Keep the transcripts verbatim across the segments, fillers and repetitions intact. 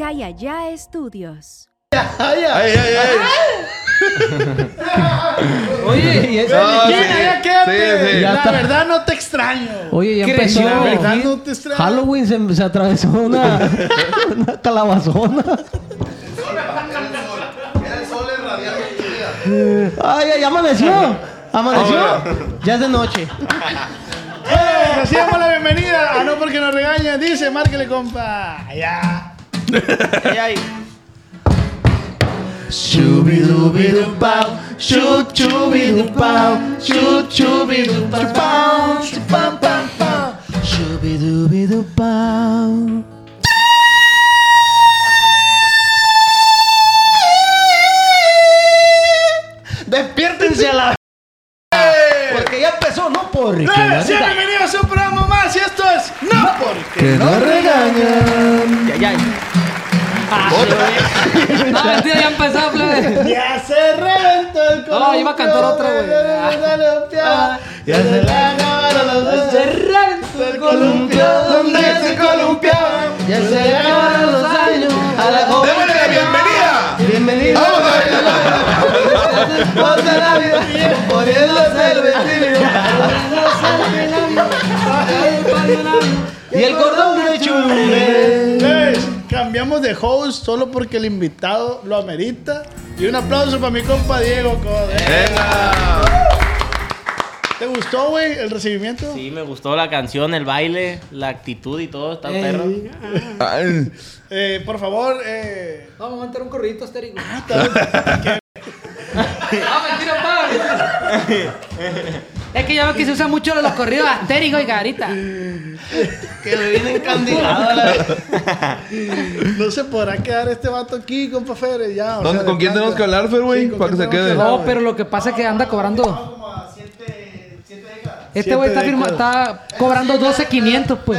Acá y Allá Estudios. ¡Ay, ay, ay! Oye, ¿y eso? No, ¿Quién? sí, Allá quédate. sí, sí. La está. verdad no te extraño. Oye, ya Creció, empezó. La verdad no te extraño. Halloween se, se atravesó una, una calabazona. Era el sol irradiando. Ay, ya amaneció. Amaneció. Ya es de noche. Eh, Así damos la bienvenida. Ah, no, porque nos regañan. Dice, márquele, compa. Allá. Ay, ay. Shubidubidupau, shub shubidupau, shub shubidupau, pam pam pam. Shubidubidupau. Despiértense a la... Porque ya empezó, no por... Eh, Sean bienvenidos a un programa más. Y esto es No Porque Que No no regañan. Ay, ay. No, mentira, ya empezó, plebe. Ya se reventó el columpio. No, iba a cantar otra, güey. Ya se le acabaron los dedos. Se reventó El columpio donde se columpiaban. Ya se le acabaron los años a la joven. ¡Démosle la bienvenida! Bienvenido. ¡Vamos a ver! Pasa la vida poniéndose el vestido. Y el cordón de chumbe. ¿Ves? Cambiamos de host solo porque el invitado lo amerita. Y un aplauso para mi compa Diego Code. ¡Venga! ¿Te gustó, güey, el recibimiento? Sí, me gustó la canción, el baile, la actitud y todo. Está perro. Ay, Eh, por favor, eh... No, vamos a meter un corridito estérico. ¿qué? No, mentira, pa. Es que ya ves que se usa mucho los corridos astéricos y carita. Que me viene encandilado la... no se podrá quedar este vato aquí, compa Fere, ya. o ¿Dónde- sea, ¿Con quién de tenemos planta. que hablar, Fer, güey? Sí, ¿con Para que quién se tenemos quede. hablar, No, güey? pero lo que pasa es que anda cobrando. Este güey está, Siete firma, décadas. está cobrando doce quinientos, pues.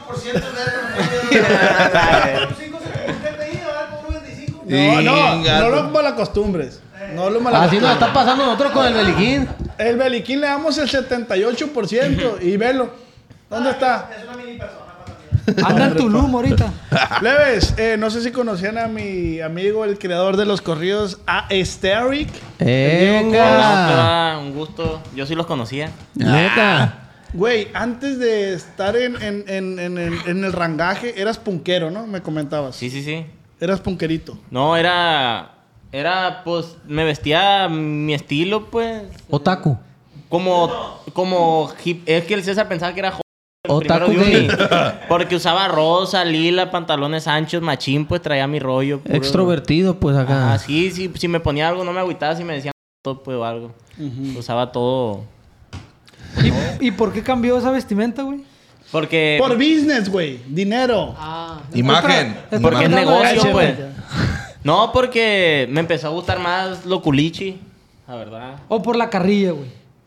No, no, Inga, no lo malacostumbres. No lo malacostumbres. Así nos está pasando nosotros con el Beliquín. El Beliquín le damos el setenta y ocho por ciento y velo. ¿Dónde está? Anda en Tulum ahorita. Leves, eh, no sé si conocían a mi amigo, el creador de los corridos, a Esteric. Venga. Un gusto. Yo sí los conocía. Neta. Güey, antes de estar en, en, en, en, en- en el rangaje, eras punkero, ¿no? Me comentabas. Sí, sí, sí. Eras punkerito. No, era... Era, pues, me vestía mi estilo, pues. Otaku. Como... Como... hip- Es que el César pensaba que era... jo- Otaku primero de uni. gay. Porque usaba rosa, lila, pantalones anchos, machín, pues traía mi rollo. puro- Extrovertido, pues acá. Ah, sí, sí. Si me ponía algo, no me agüitaba. Si me decían todo, pues, o algo. Usaba todo... ¿Y, ¿Y por qué cambió esa vestimenta, güey? Porque... Por business, güey. Dinero. Ah. Imagen. Porque es Imagen. negocio, Imagen. pues. No, porque me empezó a gustar más lo culichi, la verdad. O por la carrilla, güey.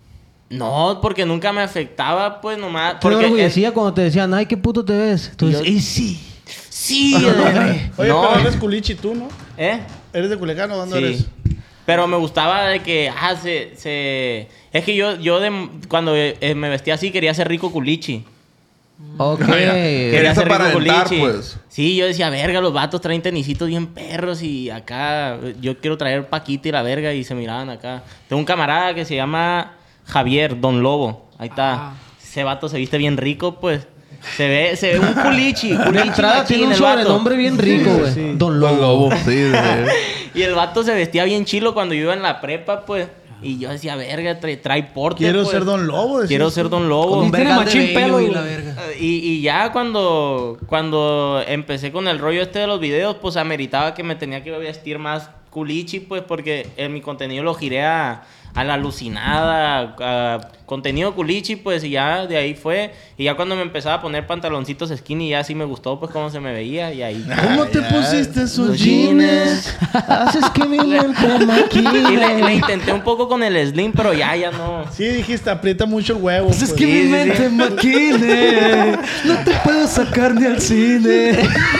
No, porque nunca me afectaba, pues nomás. Te Porque enorgullecía cuando te decían, ay, qué puto te ves. Tú dices, Yo- y sí. Sí, bebé. Oye, no, pero eres culichi tú, ¿no? ¿eh? ¿Eres de Culiacán o dónde Sí. eres? Pero me gustaba de que, ah, se, se... Es que yo, yo de, cuando eh, me vestía así quería ser rico culichi. Ok. Quería Eso ser para rico aventar, culichi. pues. Sí, yo decía, verga, los vatos traen tenisitos bien perros y acá yo quiero traer Paquita y la verga y se miraban acá. Tengo un camarada que se llama Javier, Don Lobo. Ahí está. Ah. Ese vato se viste bien rico, pues. Se ve, se ve un culichi. De culichi entrada machín, tiene un el vato. sobrenombre bien rico, güey. Don Lobo. Don Lobo. Sí, sí. Y el vato se vestía bien chilo cuando yo iba en la prepa, pues. Y yo decía, verga, trae, trae porte. Quiero pues. ser Don Lobo. decías Quiero tú. ser Don Lobo. Con un tiene vergal de machín vello pelo, y la güey. verga. Y, y ya cuando, cuando empecé con el rollo este de los videos, pues ameritaba que me tenía que vestir más culichi, pues porque en mi contenido lo giré a, a la alucinada, a contenido culichi, pues y ya de ahí fue. Y ya cuando me empezaba a poner pantaloncitos skinny, ya sí me gustó, pues cómo se me veía y ahí. ¿Cómo te pusiste esos Los jeans? jeans. Haces que mi mente Y le, le maquine. intenté un poco con el slim, pero ya, ya no. Sí, dijiste, aprieta mucho el huevo. Pues es pues. que Sí, mi sí, mente sí. maquine. No te puedo sacar ni al cine.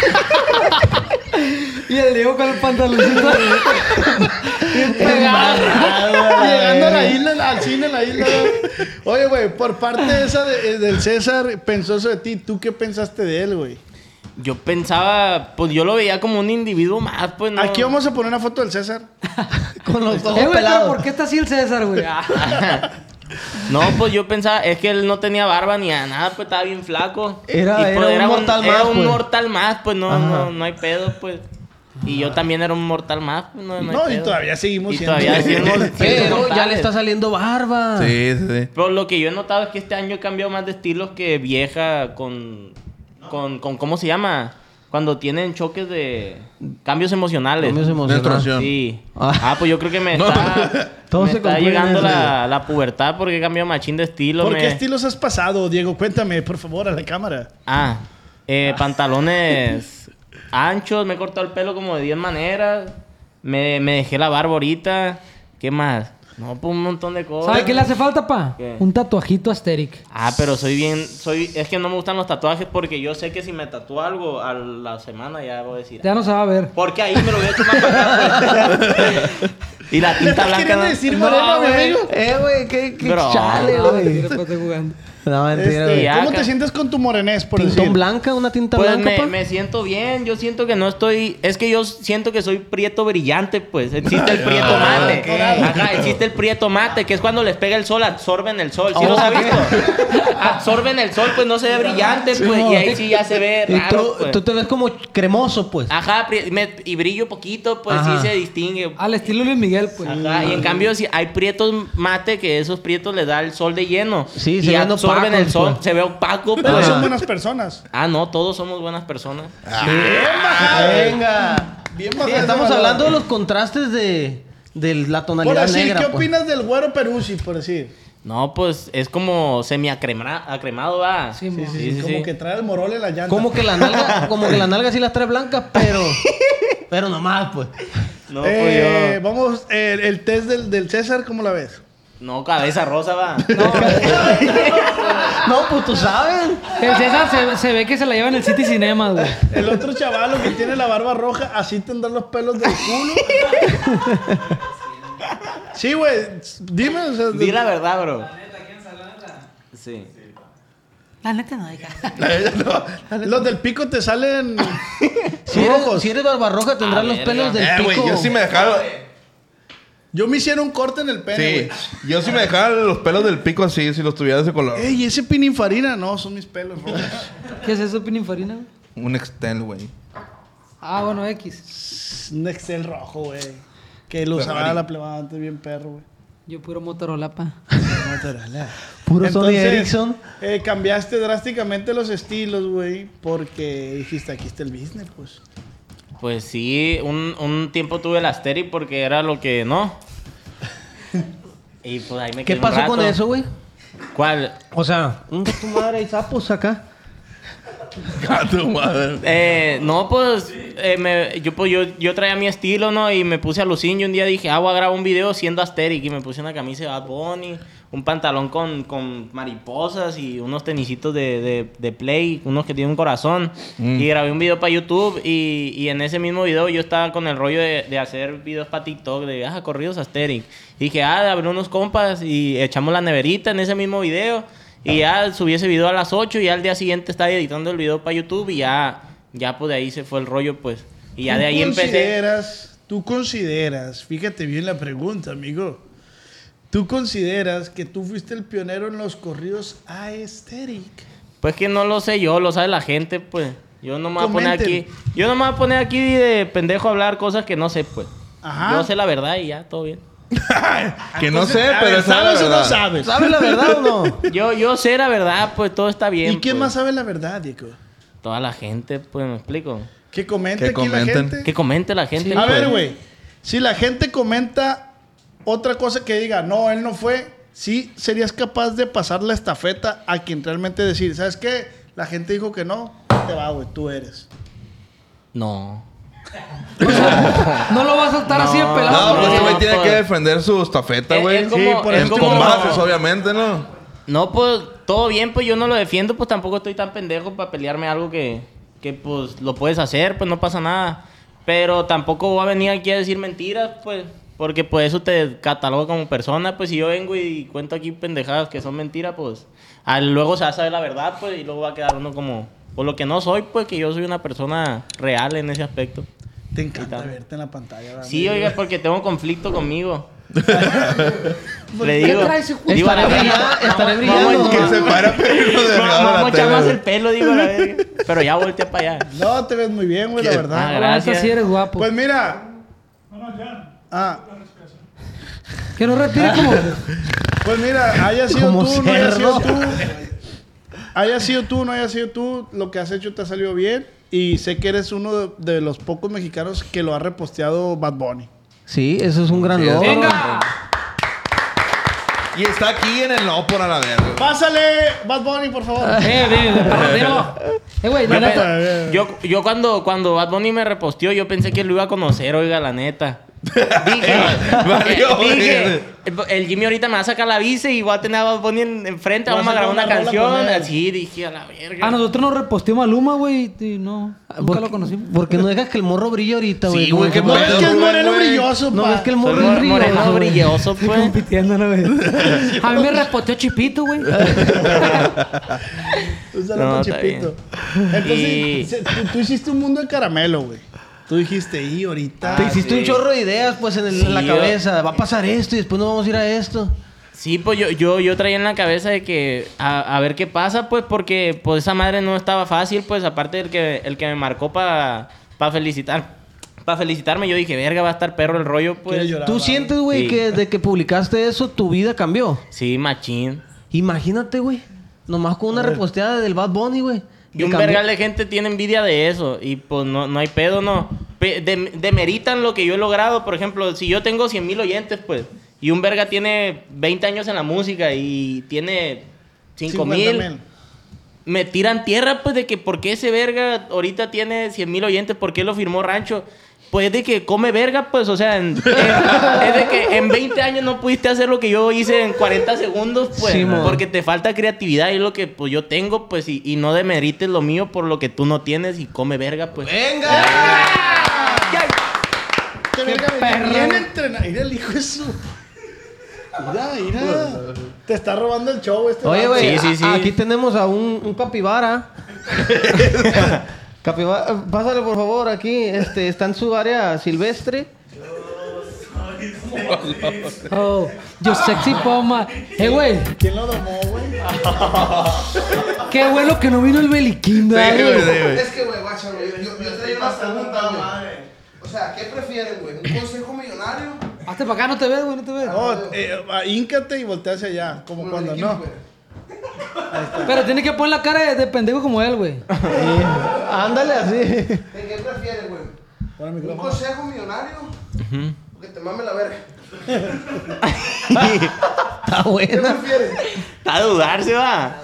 Y el Diego con el pantaloncito bien pegado. Llegando a la isla, al cine, a la isla. Oye, güey, por parte esa de- del César, pensó eso de ti. ¿Tú qué pensaste de él, güey? Yo pensaba, pues yo lo veía como un individuo más, pues no. Aquí vamos a poner una foto del César. Con los Eh, ojos güey, pero pelados. ¿por qué está así el César, güey? No, pues yo pensaba, es que él no tenía barba ni a nada, pues estaba bien flaco. Era- Y, pues, era un mortal era más, un pues. mortal más, pues no, Ajá. no, no hay pedo, pues. Y yo también era un mortal más, pues no, no hay No, y pedo. todavía seguimos Y siendo. todavía seguimos siendo Pero ya mortales. le está saliendo barba. Sí, sí, sí. Pero lo que yo he notado es que este año he cambiado más de estilos que vieja con, con, con ¿cómo se llama? Cuando tienen choques de cambios emocionales. Cambios emocionales. Menstruación. Sí. Ah. Ah, pues yo creo que me No. está, Todo me se está concluye en llegando eso. la, la pubertad porque he cambiado machín de estilo. ¿Por me- qué estilos has pasado, Diego? Cuéntame, por favor, a la cámara. Ah, eh, pantalones anchos, me he cortado el pelo como de diez maneras. Me, me dejé la barba ahorita. ¿Qué más? No, pues un montón de cosas. ¿Sabe qué le hace falta, pa? ¿Qué? Un tatuajito Asterix. Ah, pero soy bien, soy, es que no me gustan los tatuajes porque yo sé que si me tatúo algo a la semana ya voy a decir. Ya no se va a ver. Porque ahí me lo voy a echar más para acá, pues. Y la ¿Le tinta estás blanca. queriendo no- decir No, moreno, mi güey. amigo? Eh, güey, qué, qué Bro. chale, No, güey. mentira, pues, estoy jugando. No, mentira, Este, güey. Ya, ¿Cómo acá. te sientes con tu morenés, por ¿Tintón decir? blanca? ¿Una tinta Pues blanca, me, pa? me siento bien, yo siento que no estoy... Es que yo siento que soy prieto brillante, pues. Existe el prieto Ah, mate. Ajá, existe el prieto mate, que es cuando les pega el sol, absorben el sol. ¿Sí los ha visto? Absorben el sol, pues no se ve brillante, pues. Y ahí sí ya se ve Y raro, tú, pues. tú te ves como cremoso, pues. Ajá, pri- me- y brillo poquito, pues Ajá. sí se distingue. Al estilo Luis Miguel, pues. Ajá, y en cambio si hay prietos mate que esos prietos les da el sol de lleno. Sí, se y ven absorben opacos, el sol, pues. se ve opaco, Pero pues. son buenas personas. Ah, no, todos somos buenas personas. Venga. Bien Sí, bajado estamos ese valor. hablando de los contrastes de, de la Por tonalidad decir, negra, ¿qué pues. opinas del güero Peruzzi, por decir? No, pues es como semi acremado, va. Sí, Sí, mo. sí, Sí, sí, sí, como sí. que trae el morol en la llanta. Como que la nalga, como que la nalga sí las trae blancas, pero pero nomás, pues. No, pues Eh, yo. vamos, el, el test del, del César, ¿cómo la ves? No, cabeza rosa, va. No, pues tú sabes. El César se, se ve que se la lleva en el City Cinemas, güey. El otro chavalo que tiene la barba roja, así tendrá los pelos del culo. Sí, güey, dime. O sea, Di la verdad, bro. Sí. La neta no, hija. los del pico te salen Si eres, rojos. si eres barbarroja, tendrás Ah, los verga. pelos del Eh, güey, pico. yo sí me dejaba. Yo me hicieron un corte en el pene, Sí, güey. yo sí me dejaba los pelos del pico así, si los tuviera de ese color. Ey, ¿ese pininfarina? No, son mis pelos rojos. ¿Qué es eso, pininfarina, güey? Un extend, güey. Ah, bueno, X. Un Excel rojo, güey. Que lo usaba Ferrari. la plebada antes bien perro, güey. Yo puro Motorola, pa. Motorola. Puro Sony Entonces, Ericsson. eh, cambiaste drásticamente los estilos, güey, porque dijiste, aquí está el business, pues. Pues sí, un, un tiempo tuve el Asterix porque era lo que no. Y pues ahí me ¿Qué quedé un pasó con rato. eso, güey? ¿Cuál? O sea, un de tu madre hay sapos acá. A tu madre. Eh, no, pues, eh, me- yo, pues yo, yo traía mi estilo, ¿no? Y me puse a lucir y un día dije, ah, voy a grabar un video siendo Asterix. Y me puse una camisa de Bad Bunny, un pantalón con, con mariposas y unos tenisitos de, de, de Play, unos que tienen un corazón. Mm. Y grabé un video para YouTube y, y en ese mismo video yo estaba con el rollo de, de hacer videos para TikTok, de, ah, corridos Asterix. Y dije, ah, de abrir unos compas y echamos la neverita en ese mismo video. Y ya subí ese video a las ocho y ya al día siguiente estaba editando el video para YouTube y ya, ya pues de ahí se fue el rollo, pues. Y ya ¿Tú de ahí empecé. consideras, Tú consideras, fíjate bien la pregunta, amigo. ¿Tú consideras que tú fuiste el pionero en los corridos aesthetic? Pues que no lo sé yo, lo sabe la gente, pues. Yo no me voy a poner Comenten. aquí. Yo no me voy a poner aquí de pendejo a hablar cosas que no sé, pues. Ajá. Yo sé la verdad y ya, todo bien. Que no sé, A pero ver, esa es la ¿sabes o no verdad. sabes? ¿Sabes la verdad o no? Yo, yo sé la verdad, pues todo está bien. ¿Y quién pues. más sabe la verdad, Diego? Toda la gente, pues, ¿me explico? Que comente Que aquí la comenten. gente. Que comente la gente. A pues. ver, güey. Si la gente comenta otra cosa que diga, no, él no fue, sí serías capaz de pasar la estafeta a quien realmente decir, ¿sabes qué? La gente dijo que no, te va, güey, tú eres. No. No lo va a soltar así de No. pelado. No, pues este güey No, tiene pues. que defender su estafeta, Es- güey. es como- Sí, por es eso En como- como- combates, obviamente, ¿no? No, pues todo bien, pues yo no lo defiendo, pues tampoco estoy tan pendejo para pelearme algo que, que pues lo puedes hacer, pues no pasa nada. Pero tampoco voy a venir aquí a decir mentiras, pues, porque pues eso te cataloga como persona, pues si yo vengo y cuento aquí pendejadas que son mentiras, pues al- luego se va a saber la verdad, pues, y luego va a quedar uno como, o lo que no soy, pues que yo soy una persona real en ese aspecto. Te encanta tal. verte en la pantalla. ¿verdad? Sí, oiga, porque tengo conflicto conmigo. Le ¿Qué digo, traes, hijo? digo a la Estaré verga, brilla- estaré vamos- brillando. vamos- Que se para Pedro Delgado Vamos a la vamos a echar tele, más güey. el pelo, digo a la verga. Pero ya volteé para allá. No, te ves muy bien, güey, la ¿Qué? verdad. Ah, La neta gracias. sí eres guapo. Pues mira. Ah, Que no respire como... pues mira, haya sido Como tú, no haya sido cerdo. tú. Haya sido tú, no haya sido tú, lo que has hecho te ha salido bien. Y sé que eres uno de, de los pocos mexicanos que lo ha reposteado Bad Bunny. Sí, eso es un gran Sí, logro. ¡Venga! Y está aquí en el no por a la verga. Pásale, Bad Bunny, por favor. Eh, de, de parrandero. Eh, güey, la Yo, neta... pe- yo, yo cuando, cuando Bad Bunny me reposteó, yo pensé que lo iba a conocer, oiga, la neta. Dije, Valió, dije, el, el Jimmy ahorita me va a sacar la visa y voy a tener a Bad Bunny en- enfrente, Vas vamos a a grabar una sacar una rola canción. con él. Así dije, a la verga. A nosotros nos reposteó Maluma, güey, y no, nunca ¿Por lo qué- conocimos. ¿Por qué no dejas que el morro brille ahorita, güey? Sí, güey, qué No pedo, ves que es Rubén, moreno güey. brilloso, No pa. ves que el Soy morro mor- es moreno brilloso, güey. brilloso, pues. Compitiendo, ¿no, güey? A mí me reposteó Chipito, güey. Un saludo No, a está Chipito. Entonces, Y- se- tú, tú hiciste un mundo de caramelo, güey. Tú dijiste, y ahorita. Te hiciste sí. un chorro de ideas, pues, en, el- en la Sí, cabeza. Va a pasar esto y después nos vamos a ir a esto. Sí, pues yo, yo, yo traía en la cabeza de que a, a ver qué pasa, pues, porque pues esa madre no estaba fácil, pues, aparte del que, el que me marcó para pa felicitar. Para felicitarme, yo dije, verga, va a estar perro el rollo, pues. Quiere llorar. ¿Tú bravo. sientes, güey, Sí. que desde que publicaste eso, tu vida cambió? Sí, machín. Imagínate, güey. Nomás con una reposteada del Bad Bunny, güey. Y un vergal de gente tiene envidia de eso. Y pues no, no hay pedo, no. Pe- dem- demeritan lo que yo he logrado. Por ejemplo, si yo tengo cien mil oyentes, pues. Y un verga tiene veinte años en la música y tiene cinco mil. Me tiran tierra, pues, de que por qué ese verga ahorita tiene cien mil oyentes, por qué lo firmó Rancho. Pues de que come verga, pues, o sea, en- en- es de que en veinte años no pudiste hacer lo que yo hice en cuarenta segundos, pues, Sí, mo. porque te falta creatividad y es lo que pues yo tengo, pues, y, y no demerites lo mío por lo que tú no tienes y come verga, pues. ¡Venga! Qué verga, bien entrenado. Mira el hijo de su. Mira, mira. Te está robando el show este. Oye, vato. güey, Sí, sí, sí. a- aquí tenemos a un, un capibara. Capibara, pásale por favor aquí. Este, está en su área silvestre. Oh, yo sexy poma. Eh, güey, ¿Quién lo domó, güey? qué bueno que no vino el Beliquín, Sí, ¿verdad, güey, güey? sí, güey. Es que, güey, guacha, güey. Yo, yo traía una pregunta, güey. O sea, ¿qué prefieren, güey? ¿Un consejo millonario? Hazte para acá, no te ves, güey, no te ves. No, eh, ah, híncate y voltea hacia allá. Como Como cuando el no. equipo, güey. Pero tienes que poner la cara de, de pendejo como él, güey. Ándale así. ¿De qué prefieren, güey? Pon el ¿Un micrófono. consejo millonario? O que te mame la verga. Está ¿Qué buena. prefieren? Está a dudarse, va.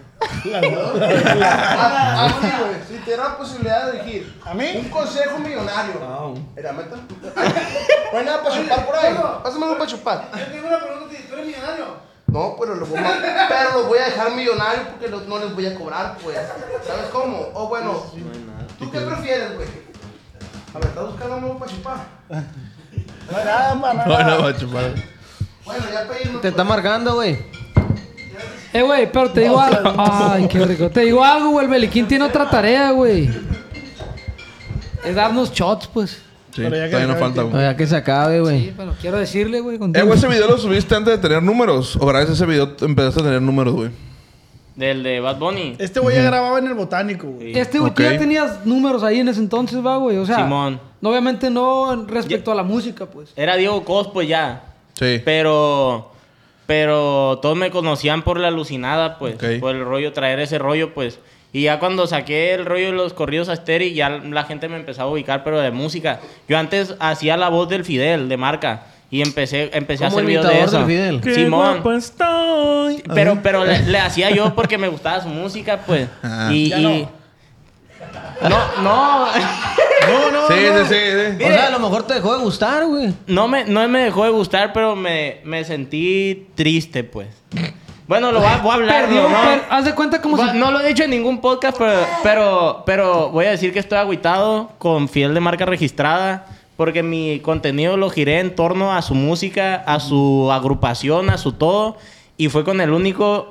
A, a ti, güey. Si te da la posibilidad de elegir. ¿A mí? Un consejo millonario. Mira, meta. No hay nada para chupar por ahí. Pásame algo para chupar. Yo tengo una pregunta. ¿Tú eres millonario? No, pero los voy a, pero los voy a dejar millonarios porque los- no les voy a cobrar, pues. ¿Sabes cómo? O bueno, ¿tú qué prefieres, güey? A ver, ¿estás buscando algo para chupar? No hay nada, pa, no hay No, nada. no, va a chupar. Bueno, ya pedimos. Te está marcando, güey. Eh, güey, pero te digo algo. Ay, qué rico. Te digo algo, güey. El Beliquín tiene otra tarea, güey. Es darnos shots, pues. Sí, Pero ya que todavía no acabe el falta, tiempo. güey. Oye, que se acabe, Sí, güey. pero quiero decirle, güey, Eh, contigo. güey, ese video lo subiste antes de tener números. O gracias a ese video empezaste a tener números, güey. Del de Bad Bunny. Este güey ya grababa en el botánico, güey. Este, güey, tú Ok. ya tenías números ahí en ese entonces, va, güey. O sea, Simón. no, obviamente no respecto a la música, pues. Era Diego Cos, pues ya. Sí. Pero, pero todos me conocían por la alucinada, pues. Ok. Por el rollo, traer ese rollo, pues. Y ya cuando saqué el rollo de los corridos a Asteri, ya la gente me empezaba a ubicar, pero de música. Yo antes hacía la voz del Fidel, de marca. Y empecé, empecé a Como hacer videos de imitador eso. del Fidel. Simón. estoy. Pero, pero le, le hacía yo porque me gustaba su música, pues. Ah. Y, Ya y- no, no. No, no, Sí, no. sí, sí, sí. O sea, a lo mejor te dejó de gustar, güey. No me, no me dejó de gustar, pero me, me sentí triste, pues. Bueno, lo voy a, voy a hablar, Perdió, ¿no? per- haz de cuenta como Bueno, si... no lo he dicho en ningún podcast, pero, pero, pero voy a decir que estoy agüitado con Fidel de marca registrada. Porque mi contenido lo giré en torno a su música, a su agrupación, a su todo. Y fue con el único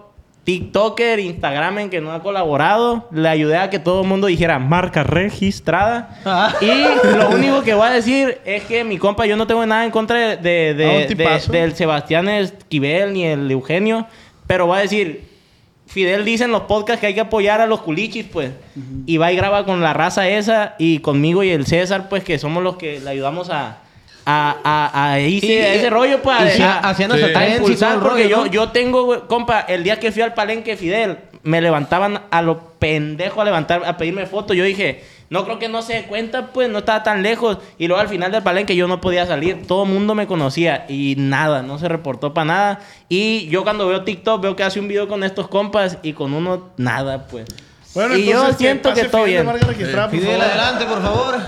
TikToker, Instagramer que no ha colaborado. Le ayudé a que todo el mundo dijera marca registrada. Ah. Y lo único que voy a decir es que mi compa, yo no tengo nada en contra de, de, de- Ah, un de- tipazo. del Sebastián Esquivel ni el Eugenio. Pero voy a decir, Fidel dice en los podcasts que hay que apoyar a los culichis, pues. Y va y graba con la raza esa y conmigo y el César, pues, que somos los que le ayudamos a... A, a, a ese, Y- a ese rollo, pues, y a, sí, a- hacían Sí. hasta a a trends y todo impulsar, el porque rollo, yo, ¿no? yo tengo, güey, compa, el día que fui al palenque Fidel, me levantaban a lo pendejo a levantar, a pedirme fotos. Yo dije, no creo que no se dé cuenta, pues, no estaba tan lejos. Y luego al final del palenque yo no podía salir. Todo el mundo me conocía y nada, no se reportó para nada. Y yo cuando veo TikTok veo que hace un video con estos compas y con uno nada, pues. Bueno, y yo entonces, siento que pase todo Fidel de bien. marca registrada, por Fidel, favor. adelante, por favor.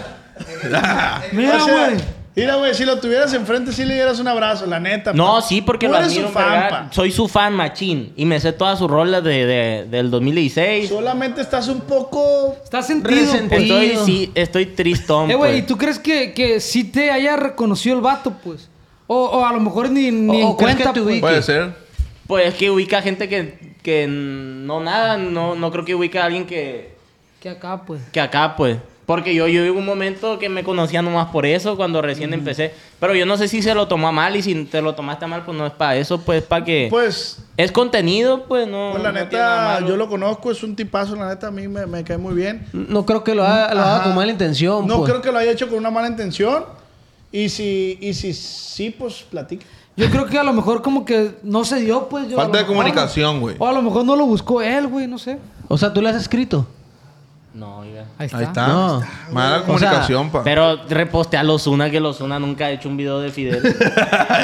Mira, O sea, güey. Mira, güey, si lo tuvieras enfrente, sí le dieras un abrazo, la neta. No, pa. sí, porque Tú lo eres admiro su un fan, vergal. pa. Soy su fan machín. Y me sé todas sus rolas de, de- del dos mil dieciséis. Solamente estás un poco... Estás sentido, Resentido. pues. Estoy, sí, estoy tristón, Eh, güey, ¿y pues. tú crees que, que sí te haya reconocido el vato, pues? O, o a lo mejor ni, ni O- en o crees que cuenta, te pues. ubique. Puede ser. Pues es que ubica gente que, que no nada, no, no creo que ubica a alguien que, Que acá, pues. que acá, pues. Porque yo, yo hubo un momento que me conocía nomás por eso, cuando recién empecé. Pero yo no sé si se lo tomó a mal y si te lo tomaste a mal, pues no es para eso, pues para que... Pues, es contenido, pues no... pues la no tiene nada neta, malo. yo lo conozco, es un tipazo, la neta, a mí me, me cae muy bien. No creo que lo haga, lo haga Ajá. con mala intención, No pues. creo que lo haya hecho con una mala intención. Y si, y si sí, pues platica. Yo creo que a lo mejor como que no se dio, pues. Yo, a Falta lo de mejor, comunicación, güey. O a lo mejor no lo buscó él, güey, no sé. O sea, ¿tú le has escrito? No, oiga. Ahí está. Ahí está. No. Mala O comunicación, pa. Pero repostea a Lozuna, que Lozuna nunca ha hecho un video de Fidel. Pase de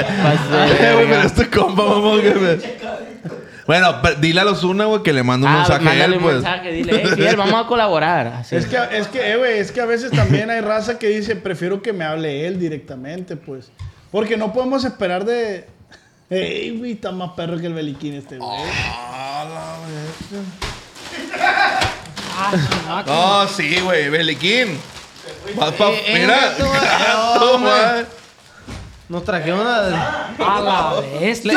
Eh, güey, pero verga. este compa, vamos que me... Bueno, pero dile a los una, güey, que le mande un Ah, mensaje a mándale él, un pues. mensaje, dile, hey, Fidel, vamos a colaborar. Así. Es que, es que, eh, güey, es que a veces también hay raza que dice, prefiero que me hable él directamente, pues. Porque no podemos esperar de... Ey, güey, está más perro que el Beliquín este, güey. No, sí, güey, Beliquín. Vas pa... Eh, eh, Mira. esto, güey. Gato, Hombre. güey. Nos trajeron una... A la bestia.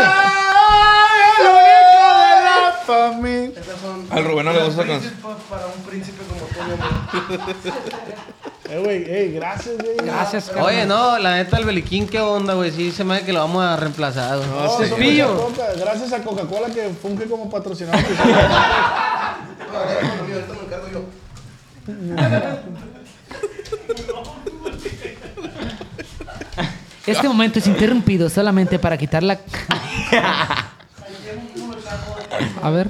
Al Rubén no le gusta esa canción. Eh, güey, ey, gracias, güey. Gracias, carnal. Oye, no, la neta, el Beliquín, ¿qué onda, güey? Sí, se me hace que lo vamos a reemplazar, güey. No, somos Cepillo. muchas compas. Gracias a Coca-Cola que funge como patrocinador. Ahorita me encargo yo. Este momento es interrumpido solamente para quitar la... A ver.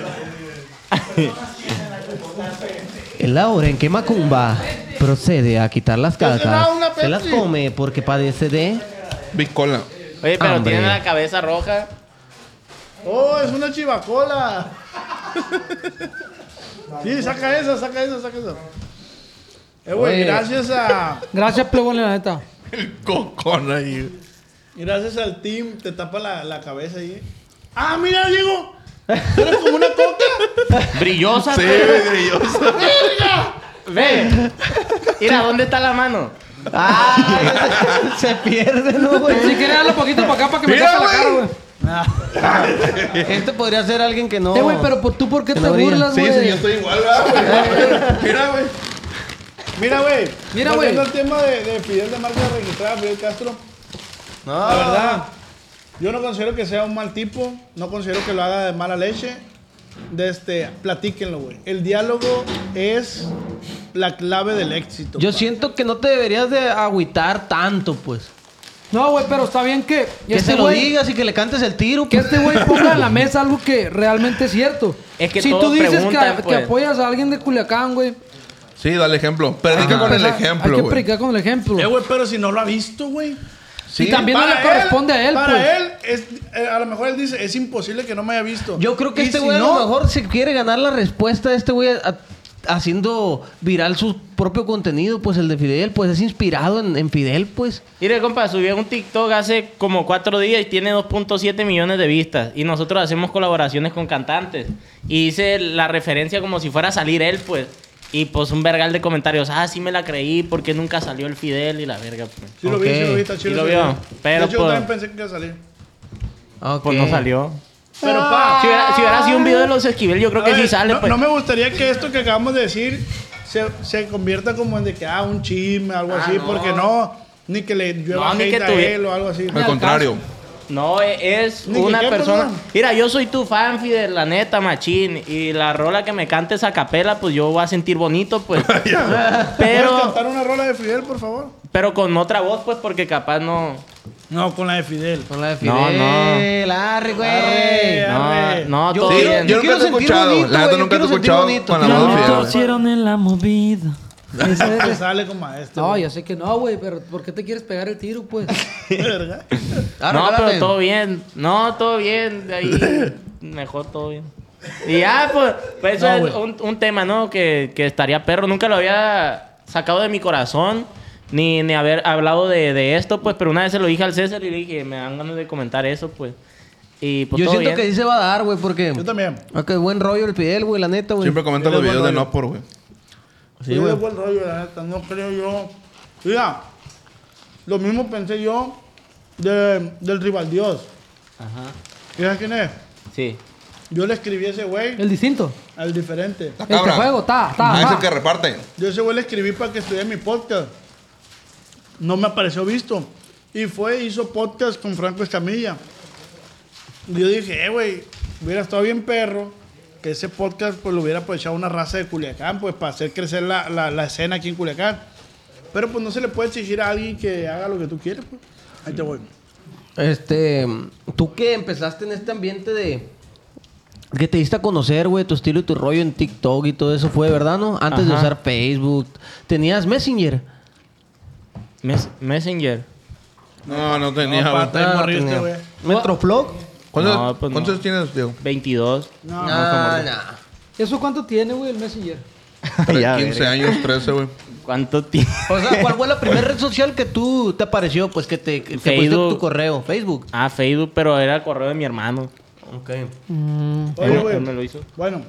El Laura en que Macumba procede a quitar las será calcas. una Se las Pepsi? come porque padece de... Bicola. Oye, pero Hambre. tiene la cabeza roja. Oh, es una chivacola. Sí, saca esa, saca esa, saca esa. Eh, güey, Oye. gracias a... Gracias, plebón, la neta. El cocón ahí. Gracias al team, te tapa la, la cabeza ahí. ¡Ah, mira, Diego! ¿Eres como una coca? Brillosa. Sí, pero- brilloso. Ve. Mira, ¿dónde está la mano? ¡Ah! se pierde, ¿no, güey? Si quieres darle poquito para acá para que me Mira, tape la cara, güey. güey. Este podría ser alguien que no... Eh, güey, pero ¿por- ¿tú por qué que te no brilla. burlas, Sí, güey? sí, yo estoy igual, ¿verdad, güey? Mira, güey. Mira, güey. Mira, volviendo güey. al tema de, de Fidel de marca registrada, Fidel Castro. No. La verdad, yo no considero que sea un mal tipo. No considero que lo haga de mala leche. De este, platíquenlo, güey. El diálogo es la clave del éxito. Yo pa. siento que no te deberías de agüitar tanto, pues. No, güey, pero está bien que... Que este se lo güey- digas y que le cantes el tiro, Que pues. este güey ponga en la mesa algo que realmente es cierto. Es que si todos tú dices que, preguntan, que pues. apoyas a alguien de Culiacán, güey. Sí, dale ejemplo. Predica hay que con el empezar- Hay ejemplo, que güey. predicar con el ejemplo. Eh, güey, pero si no lo ha visto, güey. Sí. Y también no le Para corresponde a él, Para pues. él, es, eh, a lo mejor él dice, es imposible que no me haya visto. Yo creo que Y este si güey no, a lo mejor se quiere ganar la respuesta de este güey a- haciendo viral su propio contenido, pues el de Fidel, pues es inspirado en, en Fidel, pues. Mire, compa, subí un TikTok hace como cuatro días y tiene dos punto siete millones de vistas. Y nosotros hacemos colaboraciones con cantantes. Y hice la referencia como si fuera a salir él, pues. Y pues un vergal de comentarios. Ah, sí me la creí porque nunca salió el Fidel y la verga, pues. Sí lo vi, Ok. sí lo vi, está chido. Sí lo ese vio, video. pero de hecho, yo pues- también pensé que iba a salir. Ok. Pues no salió. Pero, pa, Si hubiera, si hubiera sido un video de los Esquivel, yo creo a que ver, sí sale, no, pues. no me gustaría que esto que acabamos de decir se, se convierta como en de que, ah, un chisme, algo Ah, así, no. porque no, ni que le llueva No, ni hate que a tuvi- él o algo así. Al contrario. No, e- es Ni que una qué, persona. perdón. Mira, yo soy tu fan, Fidel, la neta, machín. Y la rola que me cantes a capela, pues yo voy a sentir bonito, pues. ¿Puedes pero, cantar una rola de Fidel, por favor? pero con otra voz, pues, porque capaz no. No, con la de Fidel. Con la de No, Fidel. Arre, güey. Arre. No, Arre. no, Yo- todo Sí, bien. yo nunca quiero te he sentir escuchado. bonito, La neta güey, nunca te he quiero sentir escuchado bonito. con la Ya voz me de Fidel, güey. torcieron en la movida. Ese Te es- sale como maestro. No, yo sé que no, güey, pero ¿por qué te quieres pegar el tiro, pues? ¿Verdad? Arre, No, espérate. pero todo bien. No, todo bien. De ahí, mejor todo bien. Y ya, pues, pues eso No, es güey. un, un tema, ¿no? Que, que estaría perro. Nunca lo había sacado de mi corazón. Ni, ni haber hablado de, de esto, pues. Pero una vez se lo dije al César y le dije, me dan ganas de comentar eso, pues. Y pues Yo todo siento bien. que sí se va a dar, güey, porque... Yo también. Ah, qué buen rollo el Fidel, güey, la neta, güey. Siempre comenta Él los es buen videos de rollo. no por, güey. Sí, güey. Buen rollo, la neta. No creo yo. Mira, lo mismo pensé yo de, del Rival Dios. Ajá. ¿Sabes quién es? Sí. Yo le escribí a ese güey, El distinto. al diferente. La Este cabra. juego, ta, ta, Ah, es ta. el que reparte. Yo a ese güey le escribí para que estudiara mi podcast. No me apareció visto. Y fue, hizo podcast con Franco Escamilla. Y yo dije, eh, güey, hubiera estado bien perro que ese podcast pues lo hubiera aprovechado una raza de Culiacán, pues para hacer crecer la, la, la escena aquí en Culiacán. Pero pues no se le puede exigir a alguien que haga lo que tú quieres, pues. Ahí te voy. Este... Tú que empezaste en este ambiente de... Que te diste a conocer, güey, tu estilo y tu rollo en TikTok y todo eso fue, ¿verdad, no? Antes de Ajá. usar Facebook. ¿Tenías Messenger? Mes- Messenger. No, no tenía, No, güey. pata, ahí morrió este, güey. ¿Metroflog? ¿Cuántos, No, pues no. ¿cuántos años tienes, Diego? veintidós. No, Ah, nah. ¿Eso cuánto tiene, güey, el Messenger? Ya, quince verga. años, trece, güey. ¿Cuánto tiempo? O sea, ¿cuál fue la primera red social que tú te apareció? Pues que te, que te pusiste Facebook. tu correo. Facebook. Ah, Facebook, pero era el correo de mi hermano. Ok. Oye, Él- güey. él me lo hizo. Bueno,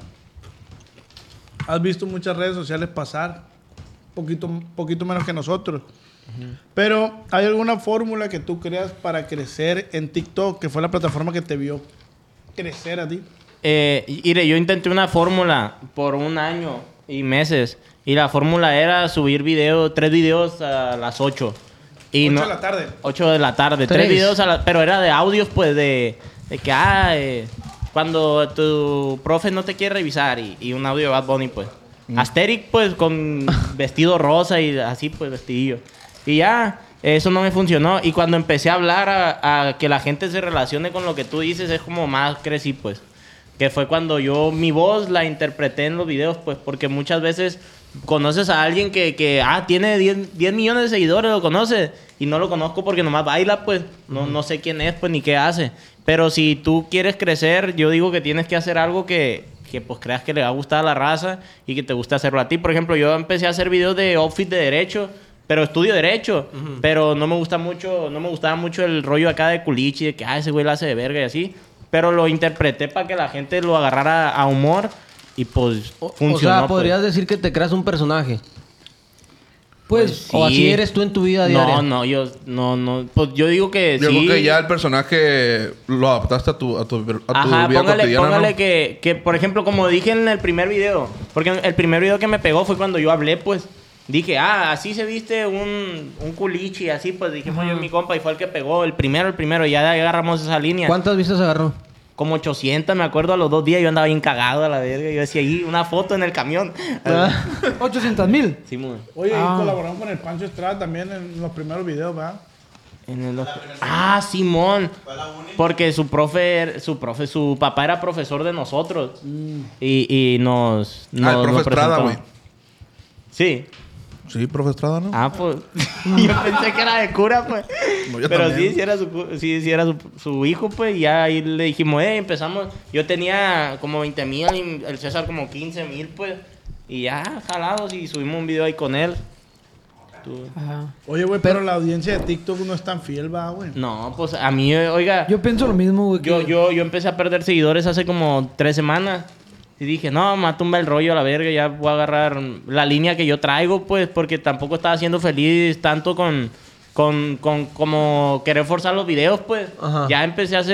has visto muchas redes sociales pasar, poquito, poquito menos que nosotros. Pero, ¿hay alguna fórmula que tú creas para crecer en TikTok, que fue la plataforma que te vio crecer a ti? Eh, y- mire, yo intenté una fórmula por un año y meses. Y la fórmula era subir video, tres videos a las ocho. Y Ocho no, de la tarde. ocho de la tarde. Tres. Tres videos a la... Pero era de audios, pues, de, de que, ah, eh, cuando tu profe no te quiere revisar. Y, y un audio de Bad Bunny, pues. Asterix, pues, con vestido rosa y así, pues, vestidillo. Y ya, eso no me funcionó. Y cuando empecé a hablar a, a que la gente se relacione con lo que tú dices, es como más crecí, pues. Que fue cuando yo mi voz la interpreté en los videos, pues, porque muchas veces conoces a alguien que, que ah, tiene diez millones de seguidores, lo conoces, y no lo conozco porque nomás baila, pues, no, no sé quién es, pues, ni qué hace. Pero si tú quieres crecer, yo digo que tienes que hacer algo que, que pues, creas que le va a gustar a la raza y que te guste hacerlo a ti. Por ejemplo, yo empecé a hacer videos de outfit de derecho, pero estudio derecho, pero no me gusta mucho, no me gustaba mucho el rollo acá de culichi, de que, ah, ese güey la hace de verga y así. Pero lo interpreté para que la gente lo agarrara a humor y pues O, funcionó. o sea, pues. podrías decir que te creas un personaje. Pues, O así Sí. eres tú en tu vida diaria. No, no, yo no, no. Pues yo digo que Yo sí. creo que ya el personaje lo adaptaste a tu, a tu, a tu Ajá, vida póngale, cotidiana, póngale ¿no? que, que, por ejemplo, como dije en el primer video, porque el primer video que me pegó fue cuando yo hablé, pues, dije, ah, así se viste un, un culichi, así, pues, dijimos yo y mi compa, y fue el que pegó, el primero, el primero, y ya de ahí agarramos esa línea. ¿Cuántas vistas agarró? Como ochocientas, me acuerdo, a los dos días yo andaba bien cagado a la verga, yo decía ahí, una foto en el camión. ochocientos mil. Sí, muy. Oye, Ah. y colaboramos con el Pancho Estrada también en los primeros videos, ¿verdad? En el otro- Ah, Simón. Porque su profe, su profe, su papá era profesor de nosotros. Y, y nos, nos. Ah, el profe nos Estrada, presentó. güey. Sí. Sí, profe Estrada, ¿no? Ah, pues. Yo pensé que era de cura, pues. No, yo Pero también. sí, sí era, su, cu- sí, sí era su, su hijo, pues. Y ya ahí le dijimos, eh, empezamos. Yo tenía como veinte mil y el César como quince mil, pues. Y ya, jalados y subimos un video ahí con él. Tú- Ajá. Oye, güey, pero la audiencia de TikTok no es tan fiel, ¿va, güey? No, pues a mí, eh, oiga. Yo pienso lo mismo, güey. Yo, que- yo, yo empecé a perder seguidores hace como tres semanas. Y dije, no, me va a tumbar el rollo a la verga. Ya voy a agarrar la línea que yo traigo, pues, porque tampoco estaba siendo feliz tanto con, con, con como querer forzar los videos, pues. Ajá. Ya empecé a hacer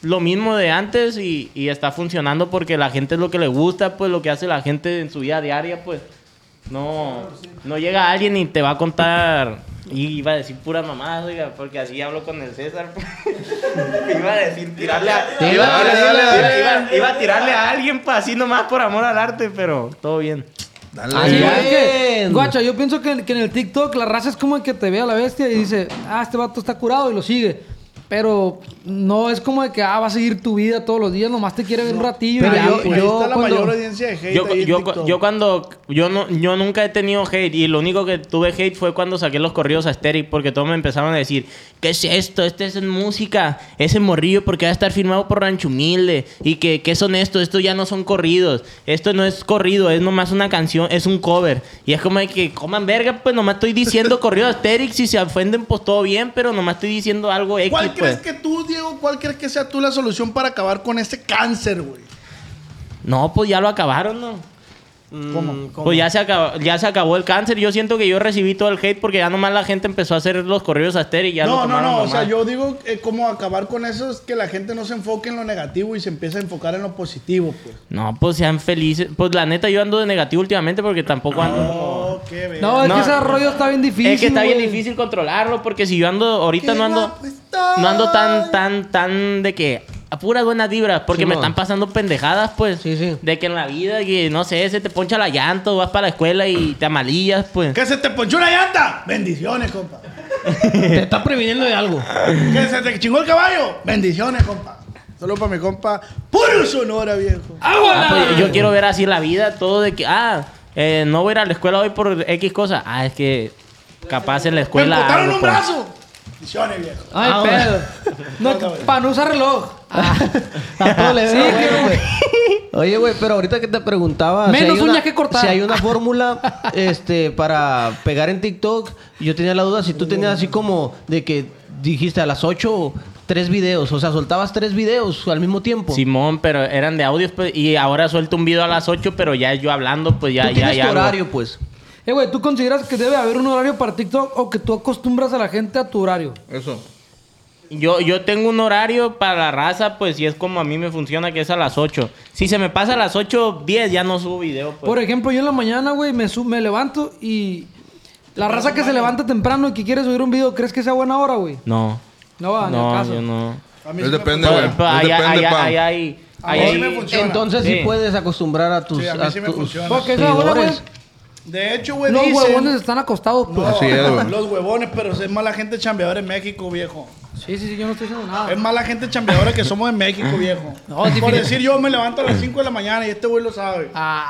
lo mismo de antes y, y está funcionando porque la gente es lo que le gusta, pues lo que hace la gente en su vida diaria, pues no, no llega alguien y te va a contar, y iba a decir puras mamadas, oiga, porque así hablo con el César. Iba a decir tirarle a, Dile, iba, a- dile, iba- dile. iba- iba a tirarle a alguien, pues así nomás por amor al arte, pero todo bien. Dale. Ay, Sí, ya. güey, es que, Bien. guacha, yo pienso que, que en el TikTok la raza es como que te ve a la bestia y dice, ah, este vato está curado y lo sigue. Pero no es como de que, ah, va a seguir tu vida todos los días, nomás te quiere ver un ratillo. Pero y ya, yo- pues. Ahí yo está la cuando- mayor audiencia de hate Yo, ahí en yo, TikTok. yo cuando yo no yo nunca he tenido hate y lo único que tuve hate fue cuando saqué los corridos a Asterix porque todos me empezaron a decir ¿qué es esto? Este es música, ese morrillo porque va a estar firmado por Rancho Humilde y que ¿qué son estos? Estos ya no son corridos, esto no es corrido, es nomás una canción, es un cover y es como de que coman verga, pues nomás estoy diciendo corrido a Asterix, si se ofenden pues todo bien, pero nomás estoy diciendo algo X. ¿Cuál Pues. crees que tú, Diego, cuál crees que sea tú la solución para acabar con ese cáncer, güey? No, pues ya lo acabaron, ¿no? ¿Cómo? ¿Cómo? Pues ya se, acabó, ya se acabó el cáncer. Yo siento que yo recibí todo el hate porque ya nomás la gente empezó a hacer los corridos a Asterix y ya lo No, no, tomaron no. O nomás. sea, yo digo eh, cómo acabar con eso es que la gente no se enfoque en lo negativo y se empiece a enfocar en lo positivo, pues. No, pues sean felices. Pues la neta, yo ando de negativo últimamente porque tampoco ando como... Oh, qué ver. No, es No. que ese rollo está bien difícil. Es que está bien güey. difícil controlarlo porque si yo ando... Ahorita Qué no ando... guapo estoy. No ando tan, tan, tan de que... A puras buenas vibras porque Sí, me mo. están pasando pendejadas, pues. Sí, sí. De que en la vida, que no sé, se te poncha la llanta o vas para la escuela y te amalillas, pues. ¿Que se te ponchó una llanta? Bendiciones, compa. Te está previniendo de algo. ¿Que se te chingó el caballo? Bendiciones, compa. Solo para mi compa. Puro Sonora, viejo. Ah, pues, yo quiero ver así la vida, todo de que, ah, eh, no voy a ir a la escuela hoy por X cosa. Ah, es que capaz en la Me escuela. cortaron algo, un pues. brazo. Bendiciones, viejo. Ay, Ah, pedo. No, para no usar reloj. A todo le Sí, veo, que- güey. Oye, güey, pero ahorita que te preguntaba... Menos hay una- uñas que cortar. Si hay una fórmula este, para pegar en TikTok, yo tenía la duda si tú tenías así como de que dijiste a las ocho tres videos. O sea, soltabas tres videos al mismo tiempo. Simón, pero eran de audios, pues, y ahora suelto un video a las ocho, pero ya yo hablando, pues ya, Tú ya, tienes ya. tu hago- horario, pues. Eh, güey, ¿tú consideras que debe haber un horario para TikTok o que tú acostumbras a la gente a tu horario? Eso. Yo, yo tengo un horario para la raza, pues, y es como a mí me funciona, que es a las ocho. Si se me pasa a las ocho diez, ya no subo video, pues. Por ejemplo, yo en la mañana, güey, me, su- me levanto y la raza que se levanta temprano y que quiere subir un video, ¿crees que sea buena hora, güey? No. No va, ni al No, caso. yo no. A mí Es sí me depende, funciona. güey. Pues, Es ahí- depende, ahí- pa. ahí hay- A ahí mí sí hay- me funciona. Entonces sí. Sí. puedes acostumbrar a tus, Sí, a mí a sí me tus funciona. Porque esa hora, güey, seguidores. De hecho, güey, los dicen... huevones están acostados, pues. No, Así es, güey. los huevones, pero es mala gente chambeadora en México, viejo. Sí, sí, sí, yo no estoy diciendo nada. Es mala gente chambeadora que somos en México, viejo. No, Por definitivamente. decir, yo me levanto a las cinco de la mañana y este güey lo sabe.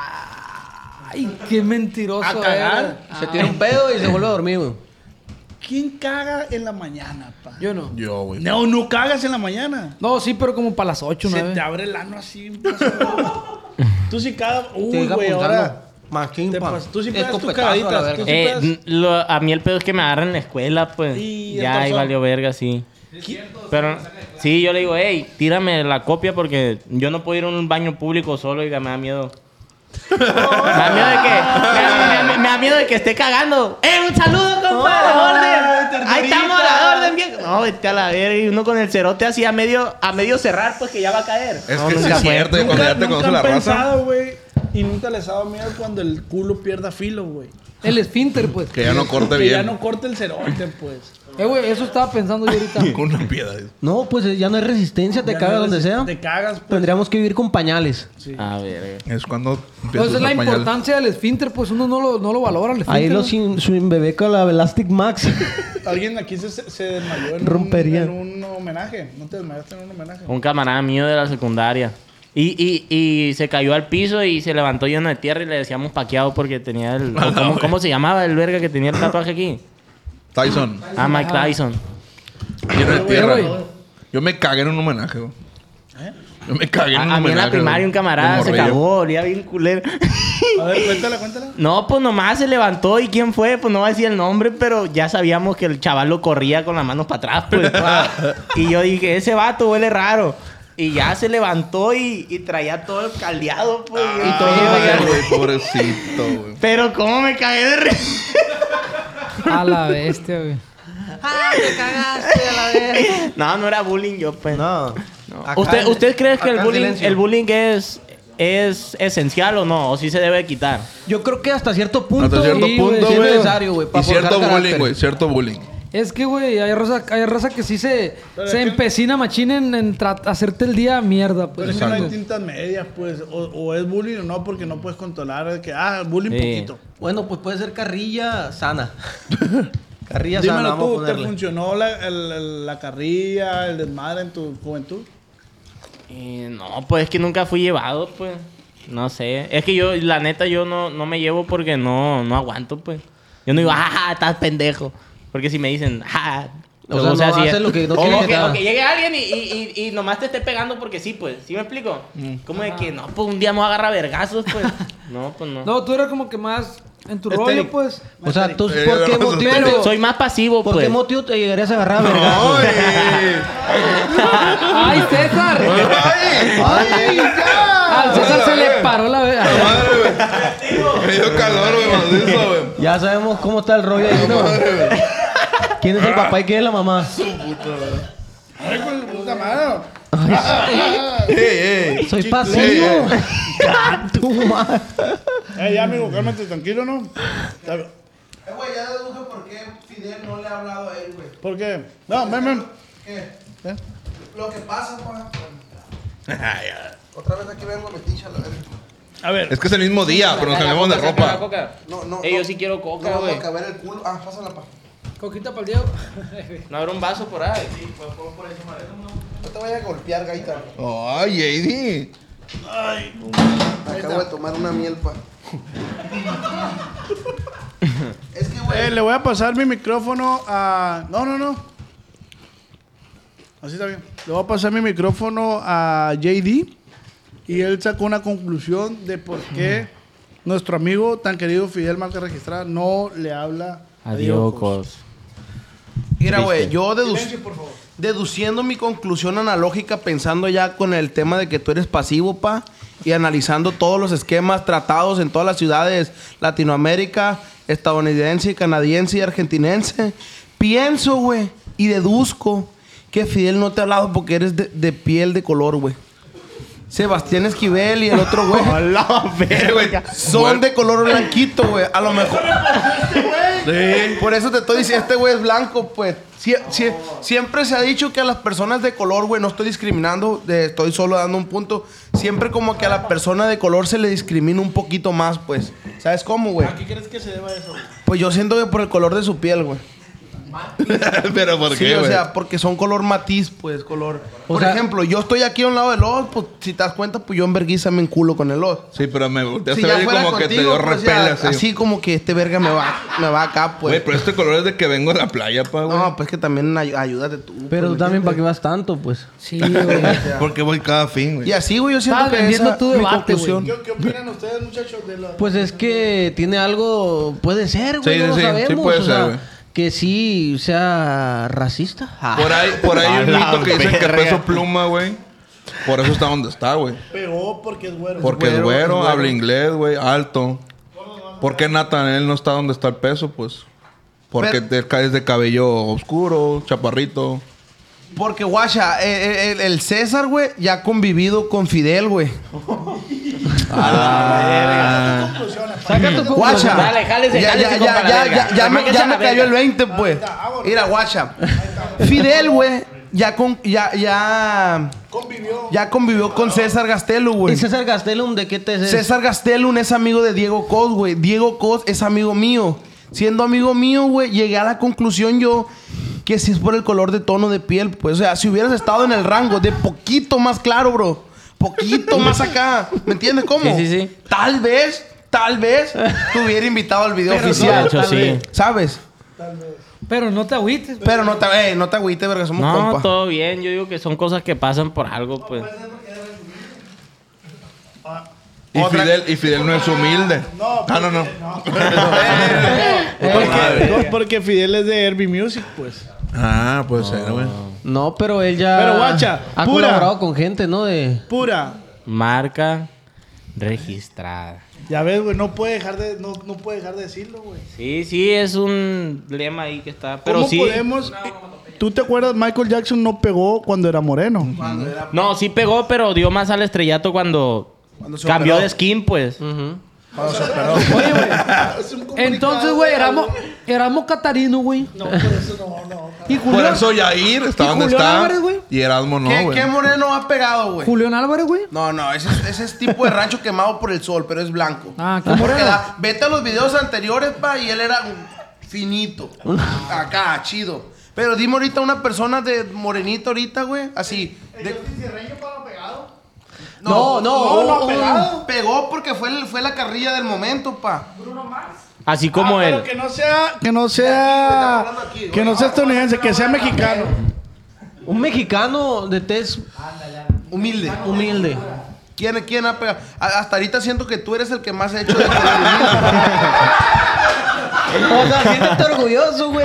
Ay, qué mentiroso. A cagar. eres. Se tira un pedo y se vuelve a dormir, güey. ¿Quién caga en la mañana, pa? Yo no. Yo, güey. No, no cagas en la mañana. No, sí, pero como para las ocho, Se nueve. te abre el ano así. pues, Tú sí cagas. Te Uy, deja güey, apuntando. ahora. Machín, Te pa. pas- tú sí pegas tus Escopetazo a la cagaditas, verga. tú sí- Eh, pedas? n- lo- a mí el pedo es que me agarran en la escuela, pues. Y el ya ahí torzón. valió verga, sí. Pero sí, yo le digo, hey, tírame la copia porque yo no puedo ir a un baño público solo y me da miedo. me da miedo de que me, me- me da miedo de que esté cagando. ¡Eh, un saludo, compa! ¡A la orden! Ahí estamos a la orden, viejo. No, vete a la verga. Y uno con el cerote así a medio, a medio cerrar, pues que ya va a caer. Es No, que sí nunca es fue. cierto, y cuando ya te nunca conoce han la raza. pensado, güey, y nunca les ha dado miedo cuando el culo pierda filo, güey. El esfínter, pues. Que ya no corte Que ya bien. no corte el cerote, pues. Eh, güey, eso estaba pensando yo ahorita. Con una piedra. No, pues eh, ya no hay resistencia, te Ya cagas no donde les- sea. Te cagas, pues. Tendríamos que vivir con pañales. A ver. Es cuando empiezas Entonces a la usar pañales. importancia del esfínter, pues uno no lo, no lo valora. El Ahí esfínter, lo ¿no? sin, sin bebé con la Elastic Max. Alguien aquí se, se desmayó en, Rompería. Un, en un homenaje. ¿No te desmayaste en un homenaje? Un camarada mío de la secundaria. Y, y, y se cayó al piso y se levantó lleno de tierra y le decíamos paqueado porque tenía el... A la ¿cómo, verga. ¿Cómo se llamaba el verga que tenía el tatuaje aquí? Tyson. Ah, Mike Tyson. Lleno de tierra. güey. Yo me cagué en un homenaje, güey. Yo me cagué en un A, a mí en homenaje. la primaria güey. un camarada De se morrillo. cagó, olía bien culero. A ver, cuéntala, cuéntala. No, pues nomás se levantó y quién fue, pues no va a decir el nombre, pero ya sabíamos que el chaval lo corría con las manos para atrás, pues. Y yo dije, ese vato huele raro. Y ya se levantó y, y traía todo el caldeado, pues. Y todo ya- güey, pobrecito, güey. Pero cómo me cagué de risa. A la bestia, güey. ¡Ah, te cagaste a la verga! No, no era bullying yo, pues. No. Acá ¿Usted, en- ¿Usted cree que el acá en bullying, silencio. el bullying es, es esencial o no? ¿O sí se debe quitar? Yo creo que hasta cierto punto. Hasta cierto sí, punto, güey, sí es güey. necesario, güey, para Y cierto forjar bullying, carácter. güey. Cierto bullying. Es que, güey, hay raza, hay raza que sí se, se empecina machín en, en tra- hacerte el día mierda. Pues. Pero es que no hay tintas medias, pues. O, o es bullying o no, porque no puedes controlar. Que, ah, bullying Sí. poquito. Bueno, pues puede ser carrilla sana. Carrilla sana, Dímelo vamos a tú, ¿te ponerle. funcionó la, el- el- la carrilla, el desmadre en tu juventud? Eh, no, pues es que nunca fui llevado, pues. No sé. Es que yo, la neta, yo no, no me llevo porque no, no aguanto, pues. Yo no digo, ah, estás pendejo. Porque si me dicen, ah... O sea, no sí, haces lo que no o quieres que, que te o haga. que llegue alguien y, y, y, y nomás te esté pegando porque sí, pues. ¿Sí me explico? Como de que, no, pues un día me voy a agarrar vergazos, pues. No, pues no. No, tú eras como que más en tu Este- rollo, pues. O sea, ¿tú Eh, por qué no, motivo? pero- Soy más pasivo, ¿Por pues. qué motivo te llegarías a agarrar a vergazos? ¡Ay, César! ¡Ay, ya! Al César se le paró la vez. Madre, güey. Me dio calor, güey, macizo, güey. Ya sabemos cómo está el rollo ahí, ¿no? ¿Quién es el papá y quién es la mamá? Ay, con puta madre. Ey, ey. Soy pasivo. Tu madre. Eh, ya, amigo, cálmate, tranquilo, ¿no? Está bien. Eh, güey, ya deduje por qué Fidel no le ha hablado a él, güey. ¿Por qué? No, ven, ven. ¿Qué? ¿Eh? Lo que pasa, pa. Otra vez aquí vengo metiche a la verga. A ver. Es que es el mismo día, pero nos cambiamos de Saca la ropa. coca. No, no. Eh, no. yo sí quiero coca, No, güey. no, caber el culo. Ah, pásala, pa. Coquita para el Diego. No habrá un vaso por ahí. No te vayas a golpear, gaita. Ay, Eddie. Acabo de tomar una miel, pa. Es que, güey. Eh, le voy a pasar mi micrófono a... No, no, no. Así está bien. Le voy a pasar mi micrófono a J D y él sacó una conclusión de por qué nuestro amigo tan querido Fidel Marca Registrada no le habla a Diego Cos. Adiós. Mira, güey, Triste. yo dedu- Silencio, por favor. deduciendo mi conclusión analógica, pensando ya con el tema de que tú eres pasivo, pa, y analizando todos los esquemas tratados en todas las ciudades Latinoamérica, estadounidense, canadiense y argentinense, pienso, güey, y deduzco que Fidel no te ha hablado porque eres de, de piel de color, güey. Sebastián Esquivel y el otro güey Eh, güey. son de color blanquito, güey. A lo mejor. Sí. Por eso te estoy diciendo, este güey es blanco, pues. Sie- sie- siempre se ha dicho que a las personas de color, güey, no estoy discriminando, de- estoy solo dando un punto. Siempre como que a la persona de color se le discrimina un poquito más, pues. ¿Sabes cómo, güey? ¿A qué crees que se deba eso? Pues yo siento que por el color de su piel, güey. Pero ¿por Sí, qué, o güey? sea, porque son color matiz, pues, color. O Por sea- ejemplo, yo estoy aquí a un lado del Oz, pues, si te das cuenta, pues yo en vergüenza me enculo con el Oz. Sí, pero me volteaste Si a ya ver y fuera como que te contigo, dio pues, repele ya, así. así como que este verga me va, me va acá, pues. Güey, pero este color es de que vengo a la playa, pa, güey. No, pues que también ay- ayúdate tú. Pero pues, tú también, ¿me ¿para qué vas tanto, pues? Sí, güey. Porque voy cada fin, entiendes? güey. Y así, güey, yo siento Estabas que vendiendo esa tu mi debate, conclusión. ¿Qué, ¿Qué opinan ustedes, muchachos, de la... Pues es que tiene algo... Puede ser, güey, Sí, no lo sí, sí, sabemos. sí puede o ser, sea, güey. que sí sea racista. Ah. Por ahí, por ahí hay A un la mito que dicen que verga. Peso Pluma, güey. Por eso está donde está, güey. Pegó porque es güero. Porque es güero, güero, es güero. habla inglés, güey, alto. ¿Por qué Nathaniel no está donde está el Peso? Pues porque Pero- te- es de cabello oscuro, chaparrito. Porque, guacha, eh, eh, el, el César, güey, ya ha convivido con Fidel, güey. Ah, Saca tu conclusión. Guacha. Dale, jálese, ya, jálese, ya, compa, ya, la ya, verga. ya, ya me, Remáquese ya a me la cayó el verga. veinte, pues. Mira, guacha. Fidel, güey, ya, con, ya, ya, Convivió. ya convivió con César Gastelum, güey. ¿Y César Gastelum de qué te es? César Gastelum es amigo de Diego Cos, güey. Diego Cos es amigo mío. Siendo amigo mío, güey, llegué a la conclusión yo que si es por el color de tono de piel, pues, o sea, si hubieras estado en el rango de poquito más claro, bro. Poquito más acá. ¿Me entiendes cómo? Sí, sí, sí. Tal vez, tal vez, te hubiera invitado al video Pero oficial. de hecho, tal sí. vez, ¿sabes? Pero no te agüites. Pero no te, ey, no te agüites, verga, somos No, compas. todo bien. Yo digo que son cosas que pasan por algo, pues. y, Otra- Fidel, y Fidel no es humilde. No, Ah, no, no. Porque, porque Fidel es de Herbie Music, pues. Ah, puede ser, güey. No, pero él ya... Pero, guacha, ha pura. colaborado con gente, ¿no? De... Pura. Marca registrada. Ya ves, güey, no puede dejar de, no, no puede dejar de decirlo, güey. Sí, sí, es un lema ahí que está. Pero ¿Cómo sí. podemos... tú te acuerdas, Michael Jackson no pegó cuando era moreno. Cuando era- No, sí pegó, pero dio más al estrellato cuando, Cuando se cambió operó. de skin, pues. cuando se operó. Oye, güey. Es un comunicado, Entonces, güey, éramos, éramos Catarino, güey. No, por eso no, no. Y Por Julián, eso Yair está ¿Y donde Julián está. Álvarez, güey? Y Erasmo no, ¿Qué, güey. ¿Qué moreno ha pegado, güey? Julián Álvarez, güey. No, no, ese, es- ese es tipo de rancho quemado por el sol, pero es blanco. Ah, qué Porque moreno. da- vete a los videos anteriores, pa, y él era un finito. Acá, chido. Pero dime ahorita una persona de morenita ahorita, güey, así. de- No, no, no, no, un- pegado. Pegó porque fue, el- fue la carrilla del momento, pa. Así como Ah, él. pero que no sea, que no Estamos sea, hablando aquí, que no sea estadounidense, que sea mexicano. Un mexicano de tez Humilde. humilde. ¿Quién, quién ha pegado? A- Hasta ahorita siento que tú eres el que más ha hecho de O sea, siéntete orgulloso, güey.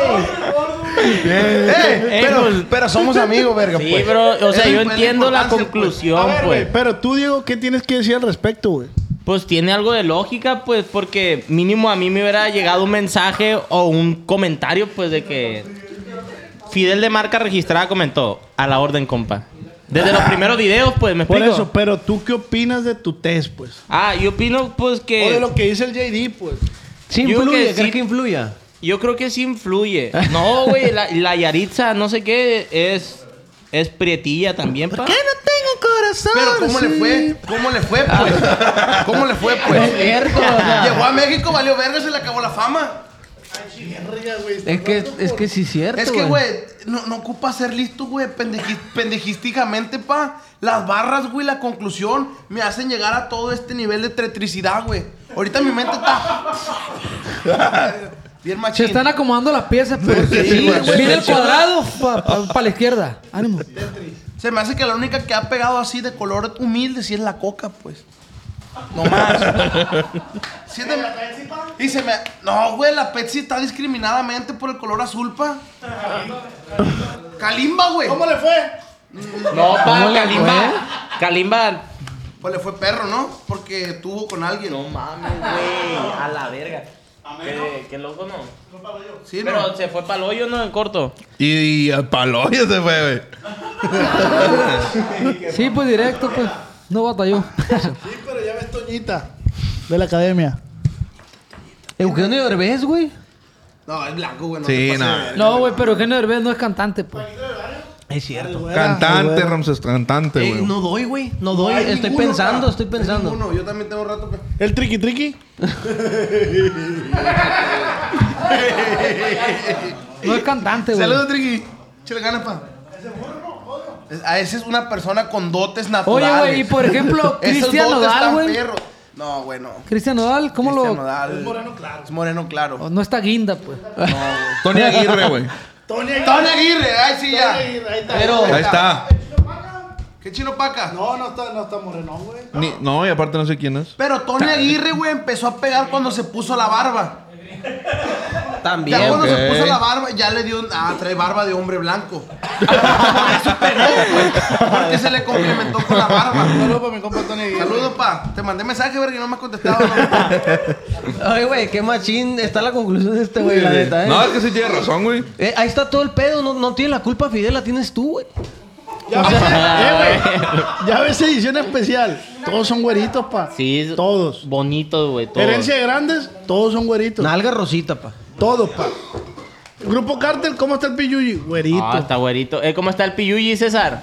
Eh, pero, pues- pero somos amigos, verga, Sí, pues. bro. O sea, Es yo la entiendo la importancia, pues. conclusión, A ver, pues. güey, pero tú, Diego, ¿qué tienes que decir al respecto, güey? Pues tiene algo de lógica, pues, porque mínimo a mí me hubiera llegado un mensaje o un comentario, pues, de que Fidel de marca registrada comentó a la orden, compa. Desde los primeros videos, pues, me Por explico. eso, pero tú qué opinas de tu test, pues? Ah, yo opino, pues, O de que lo que dice el J D, pues. Sí Yo influye, que ¿crees sí. que influya? yo creo que sí influye. No, güey, la, la Yaritza, no sé qué, es es prietilla también, pa. no tengo corazón? Pero ¿cómo le fue? ¿Cómo le fue, pues? ¿Cómo le fue, pues? Es cierto, o sea. Llegó a México, valió verga, se le acabó la fama. Es que, es que sí es cierto, Es que, güey, no, no ocupa ser listo, güey, pendeji- pendejisticamente, pa. Las barras, güey, la conclusión me hacen llegar a todo este nivel de tetricidad, güey. Ahorita mi mente está... Bien Se machín. están acomodando las piezas, pues. Sí, güey. Mira el cuadrado para la izquierda. Ánimo. Se me hace que la única que ha pegado así de color humilde sí es la coca, pues. No más. Sí es de- Y se me... No, güey, la Pepsi está discriminadamente por el color azul, pa. Kalimba, güey. ¿Cómo le fue? No, pa, ¿Cómo le Kalimba. Kalimba. Pues le fue perro, ¿no? Porque tuvo con alguien. No mames, güey. A la verga. Qué, qué loco, ¿no? Sí, ¿no? Pero se fue para el hoyo, ¿no? En corto. Y, y al palo ya se fue, güey. Sí, pues directo, pues. No batalló. Sí, pero ya ves Toñita de la academia. Eugenio Derbez, güey. No, es blanco, güey. No Sí, te pases de no. verga. No, güey, pero Eugenio Derbez no es cantante, pues. Es cierto. Cantante, Ramses, cantante, Eh, güey. no doy, güey. No doy. hay estoy ninguno, pensando, pa. estoy pensando. Ninguno. Yo también tengo rato que... ¿El triqui triqui? No es cantante, güey. Saludos, Triqui. Chile ganas, pa. Es- A ese es una persona con dotes Oye, naturales. güey, y por ejemplo, Esos Cristian dotes Nodal, tan güey. perros. No, güey, no. Cristian Nodal, ¿cómo Cristian lo...? Nodal. Es moreno claro. Es moreno claro. Oh, no está guinda, pues. Tony Aguirre, güey. Tony Tony Aguirre, ay sí ya. Ahí está. Pero, Ahí está. ¿Qué chino paca? No, no está, no está morenón, güey. Ni- no, y aparte no sé quién es. Pero Tony Aguirre, güey, empezó a pegar cuando se puso la barba. también. Ya cuando ok. se puso la barba, ya le dio. Ah, trae barba de hombre blanco. Por eso pegó, güey. Porque se le complementó con la barba. Saludos para mi compa Tony Aguirre. Saludos, pa. Te mandé mensaje, verga, y no me has contestado. ¿no? Ay, güey, qué machín está la conclusión de este, güey, la neta, ¿eh? No, es que sí tiene razón, güey. Eh, ahí está todo el pedo. No, no tiene la culpa, Fidel, la tienes tú, güey. Ya, ves, eh, güey. Ya ves edición especial. Todos son güeritos, pa. Sí, Todos. Bonito, güey. Todo. Herencia de grandes, todos son güeritos. Nalga rosita, pa. Todos, pa. Grupo Cártel, ¿cómo está el Piyuyi? Güerito. Ah, está güerito. Eh, ¿Cómo está el Piyuyi, César?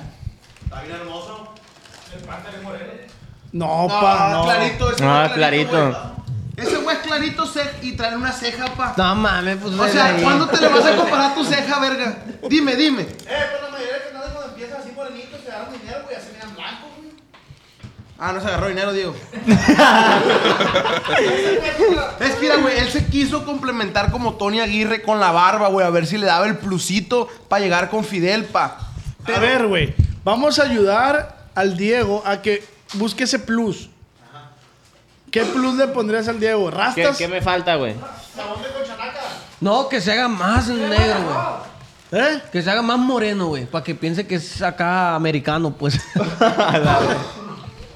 No, No, pa, no. clarito. Ese Ah, güey es clarito. güey. Ese güey es clarito ce- y trae una ceja, pa. No mames, pues. O desde sea, ahí. ¿cuándo te le vas a comparar tu ceja, verga? Dime, dime. Eh, pero la mayoría de canales cuando empiezan así morenitos, se agarran dinero, güey, ya se miran blancos, güey. Ah, no se agarró dinero, Diego. Es que, mira, güey, él se quiso complementar como Tony Aguirre con la barba, güey, a ver si le daba el plusito para llegar con Fidel, pa. A ver, güey, vamos a ayudar al Diego a que busque ese plus. ¿Qué plus le pondrías al Diego? ¿Qué, ¿Rastas? qué me falta, güey? No, que se haga más negro, güey. ¿Eh? Que se haga más moreno, güey. Para que piense que es acá americano, pues.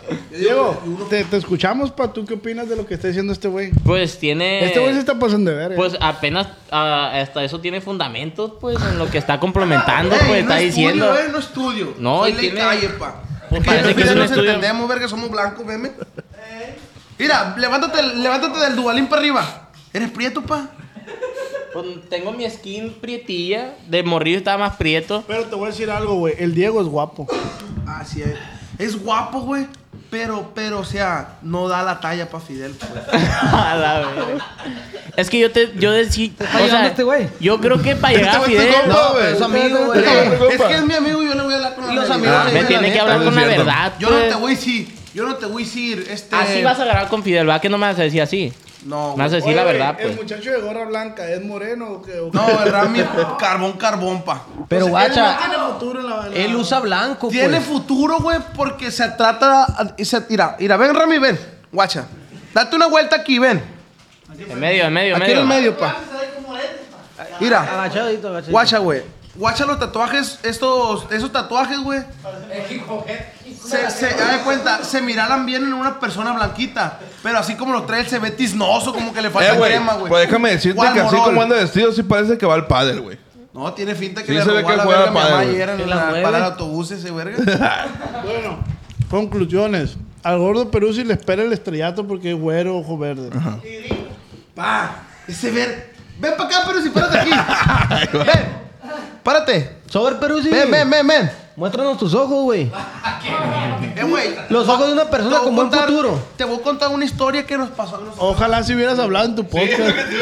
Diego, te, te escuchamos, pa. ¿Tú qué opinas de lo que está diciendo este güey? Pues tiene... Este güey se está pasando de verga. Pues apenas ah, hasta eso tiene fundamentos, pues, en lo que está complementando, Ey, pues, no está estudio, diciendo. eh, no estudio. No, Soy y ley tiene- calle, pa. Pues Que parece que es un nos estudio. entendemos, verga, somos blancos, veme. Mira, levántate, levántate del Dubalín para arriba. ¿Eres prieto, pa? Pues tengo mi skin prietilla. De morrillo estaba más prieto. Pero te voy a decir algo, güey. El Diego es guapo. Así es. Es guapo, güey. Pero, pero, o sea, no da la talla para Fidel, pues. A la verga. Es que yo te... Yo decí... está llegando este güey? Yo creo que para llegar a Este güey es tu Fidel... compa, No, pero es amigo, güey. Eh, Es que es mi amigo y yo le voy a hablar con la Y los verdad. amigos Ah, le Me dicen tiene la que neta, hablar es con la cierto. verdad, Yo no pues. te voy a decir, yo no te voy a decir, este... Así vas a agarrar con Fidel, ¿va? Que no me vas a decir así. No, Me vas a güey. decir la Oye, verdad, güey, pues. ¿el muchacho de gorra blanca es moreno o qué? o qué? No, el Rami es carbón, carbón, pa. Pero Él guacha, no tiene futuro en la, en la- él usa blanco, Tiene pues. futuro, güey, porque se trata... Se, mira, mira, ven, Rami, ven. Guacha. Date una vuelta aquí, ven. En medio, en medio, en Aquí en medio. el medio, pa. Mira, Agachadito, agachadito. guacha, güey. Guacha los tatuajes, estos, esos tatuajes, güey. Se, se, haz de cuenta, se miraran bien en una persona blanquita. Pero así como lo trae, él se ve tiznoso, como que le falta Eh, güey. crema, güey. Pues déjame decirte ¿Cuál que así morol? como anda vestido, sí parece que va al pádel, güey. No, tiene finta que Sí le se ve robó que a la juega verga a mi padre, mamá güey. ayer en Que la la mueve. parada de autobús ese verga. Bueno, conclusiones. Al gordo Peruzzi le espera el estrellato porque es güero, ojo verde. Pa, ese ver... Ven para acá, pero si párate aquí. Ven. Párate. Sobre Peruzzi. Ven, ven, ven, ven. Muéstranos tus ojos, güey. Eh, güey. Los ojos de una persona Te voy con a buen contar- futuro. Te voy a contar una historia que nos pasó a nosotros. Ojalá si hubieras hablado en tu podcast.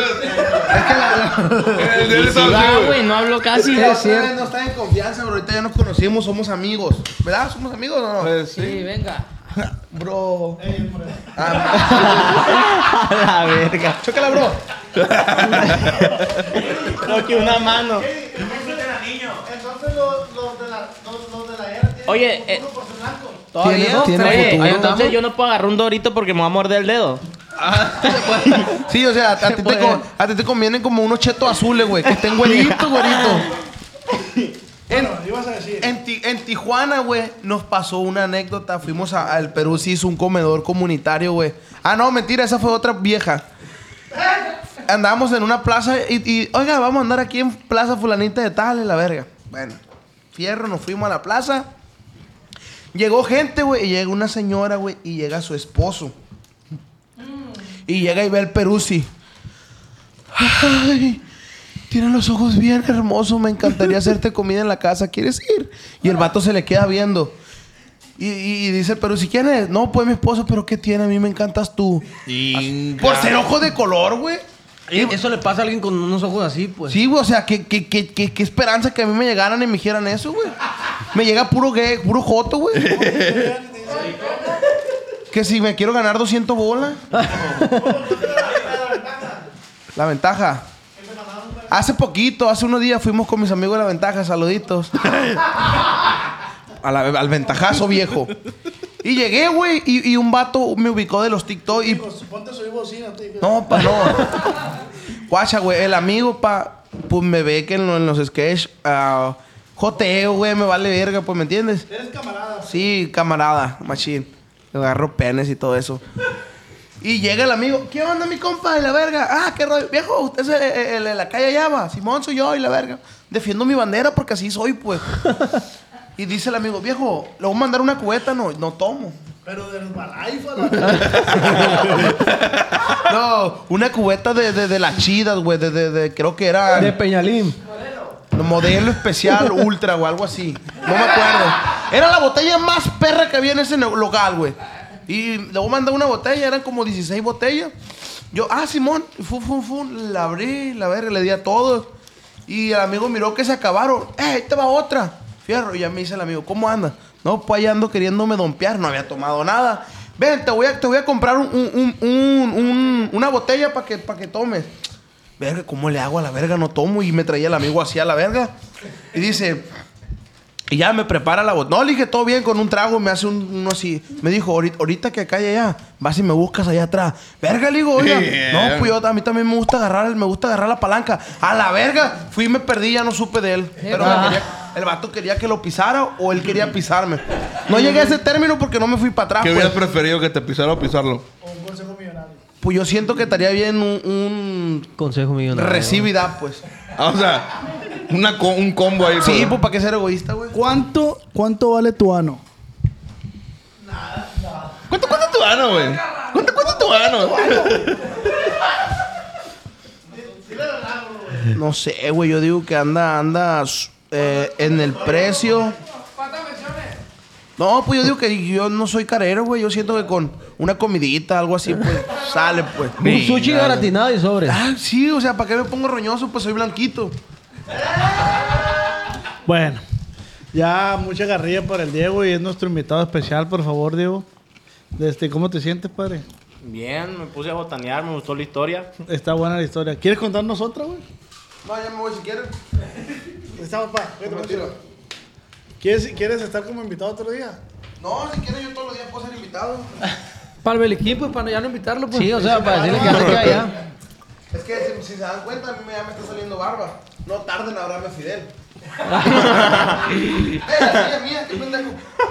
El de él está Sí, así, va, güey. güey, no hablo casi. No, está- no está en confianza, bro. Ahorita ya nos conocimos, somos amigos. ¿Verdad? ¿Somos amigos o no? Pues Sí, sí. venga. Bro. A la verga. Chócala, bro. Creo que una mano. Entonces los, los de la los, los de la era tienen Oye, eh, Todavía Tiene no, oye, futuro. entonces yo no puedo agarrar un dorito porque me va a morder el dedo. Sí, o sea, a ti, te, co- a ti te convienen como unos chetos azules, güey. Que estén güeritos, güeritos. En, ibas a decir. en, Ti- en Tijuana, güey, nos pasó una anécdota. Fuimos a- al Perú, se hizo un comedor comunitario, güey. Ah, no, mentira, esa fue otra vieja. Andábamos en una plaza y, y, oiga, vamos a andar aquí en Plaza Fulanita de tal, en la verga. Bueno, fierro, nos fuimos a la plaza. Llegó gente, güey, y llega una señora, güey, y llega su esposo. Y llega y ve al Peruzzi. Ay, tiene los ojos bien hermosos. Me encantaría hacerte comida en la casa. ¿Quieres ir? Y el vato se le queda viendo. Y, y- y dice, pero si quién es, no, pues mi esposo, pero ¿qué tiene? A mí me encantas tú. Por ser ojo de color, güey. Eh, Eso le pasa a alguien con unos ojos así, pues. Sí, güey, o sea, ¿qué, qué, qué, qué, qué esperanza que a mí me llegaran y me dijeran eso, güey. Me llega puro gay, puro joto, güey. Que si me quiero ganar doscientos bolas. La ventaja. Hace poquito, hace unos días fuimos con mis amigos de La Ventaja, saluditos. A la- al ventajazo viejo. Y llegué, güey, y, y un vato me ubicó de los TikTok y... Ponte su bocina, tío. No, pa, no. Guacha, güey, el amigo, pa, pues me ve que en, lo- en los sketches, ah, joteo, güey, me vale verga, pues, ¿me entiendes? Eres camarada. Sí, camarada, machín. Le agarro penes y todo eso. Y llega el amigo, ¿qué onda, mi compa? De la verga. Ah, qué rollo. Viejo, usted es el, el- el de la calle allá, va. Simón soy yo y la verga. Defiendo mi bandera porque así soy, pues. Y dice el amigo, viejo, le voy a mandar una cubeta, no, no tomo. Pero de los Balaifa, No, una cubeta de, de, de las chidas, güey. De, de, de- creo que era De Peñalín. modelo especial ultra o algo así. No me acuerdo. Era la botella más perra que había en ese no- local, güey. Y luego mandé una botella, eran como dieciséis botellas. Yo, ah, Simón, fu, fu, fu, la abrí, la verga, le di a todos. Y el amigo miró que se acabaron. ¡Eh, ahí te va otra! Fierro, y ya me dice el amigo, ¿cómo andas? No, pues ahí ando queriéndome dompear, no había tomado nada. Ven, te voy a, te voy a comprar un, un- un- un- una botella para que, pa' que tomes. Verga, ¿cómo le hago a la verga? No tomo. Y me traía el amigo así a la verga. Y dice... Y ya me prepara la botella. No, le dije, todo bien, con un trago. Me hace un, uno así. Me dijo, ahorita, ahorita que acá y allá, vas y me buscas allá atrás. Verga, le digo, oiga. Yeah. No, pues yo, a mí también me gusta agarrar, me gusta agarrar la palanca. A la verga. Fui y me perdí, ya no supe de él. Pero me quería, el vato quería que lo pisara o él quería pisarme. No llegué a ese término porque no me fui para atrás. ¿Qué pues. hubieras preferido, que te pisara o pisarlo? O un consejo millonario. Pues yo siento que estaría bien un, un Consejo millonario. recibida, pues. Ah, o sea, una co- un combo ahí. Sí, pero- pues para qué ser egoísta, güey. ¿Cuánto, ¿Cuánto vale tu ano? ¿Cuánto cuesta tu ano, güey? ¿Cuánto cuesta tu ano? No sé, güey. Yo digo que anda, anda eh, en el precio. No, pues yo digo que yo no soy carero, güey. Yo siento que con una comidita, algo así, pues sale, pues. Un sushi gratinado y sobre. Ah, sí, o sea, ¿para qué me pongo roñoso? Pues soy blanquito. Bueno, ya mucha garrilla para el Diego y es nuestro invitado especial, por favor, Diego. Este, ¿cómo te sientes, padre? Bien, me puse a botanear, me gustó la historia. Está buena la historia. ¿Quieres contarnos otra, güey? No, ya me voy si quieres. Estamos, pa. ¿Quieres, ¿Quieres estar como invitado otro día? No, si quieres yo todos los días puedo ser invitado. Para el Beliquín, pues, para ya no invitarlo, pues. Sí, o sea, para decirle que ya se queda allá. Es que si, si se dan cuenta, a mí ya me está saliendo barba. No tarden en hablarme Fidel. ¡Eh, la silla mía! ¡Qué pendejo!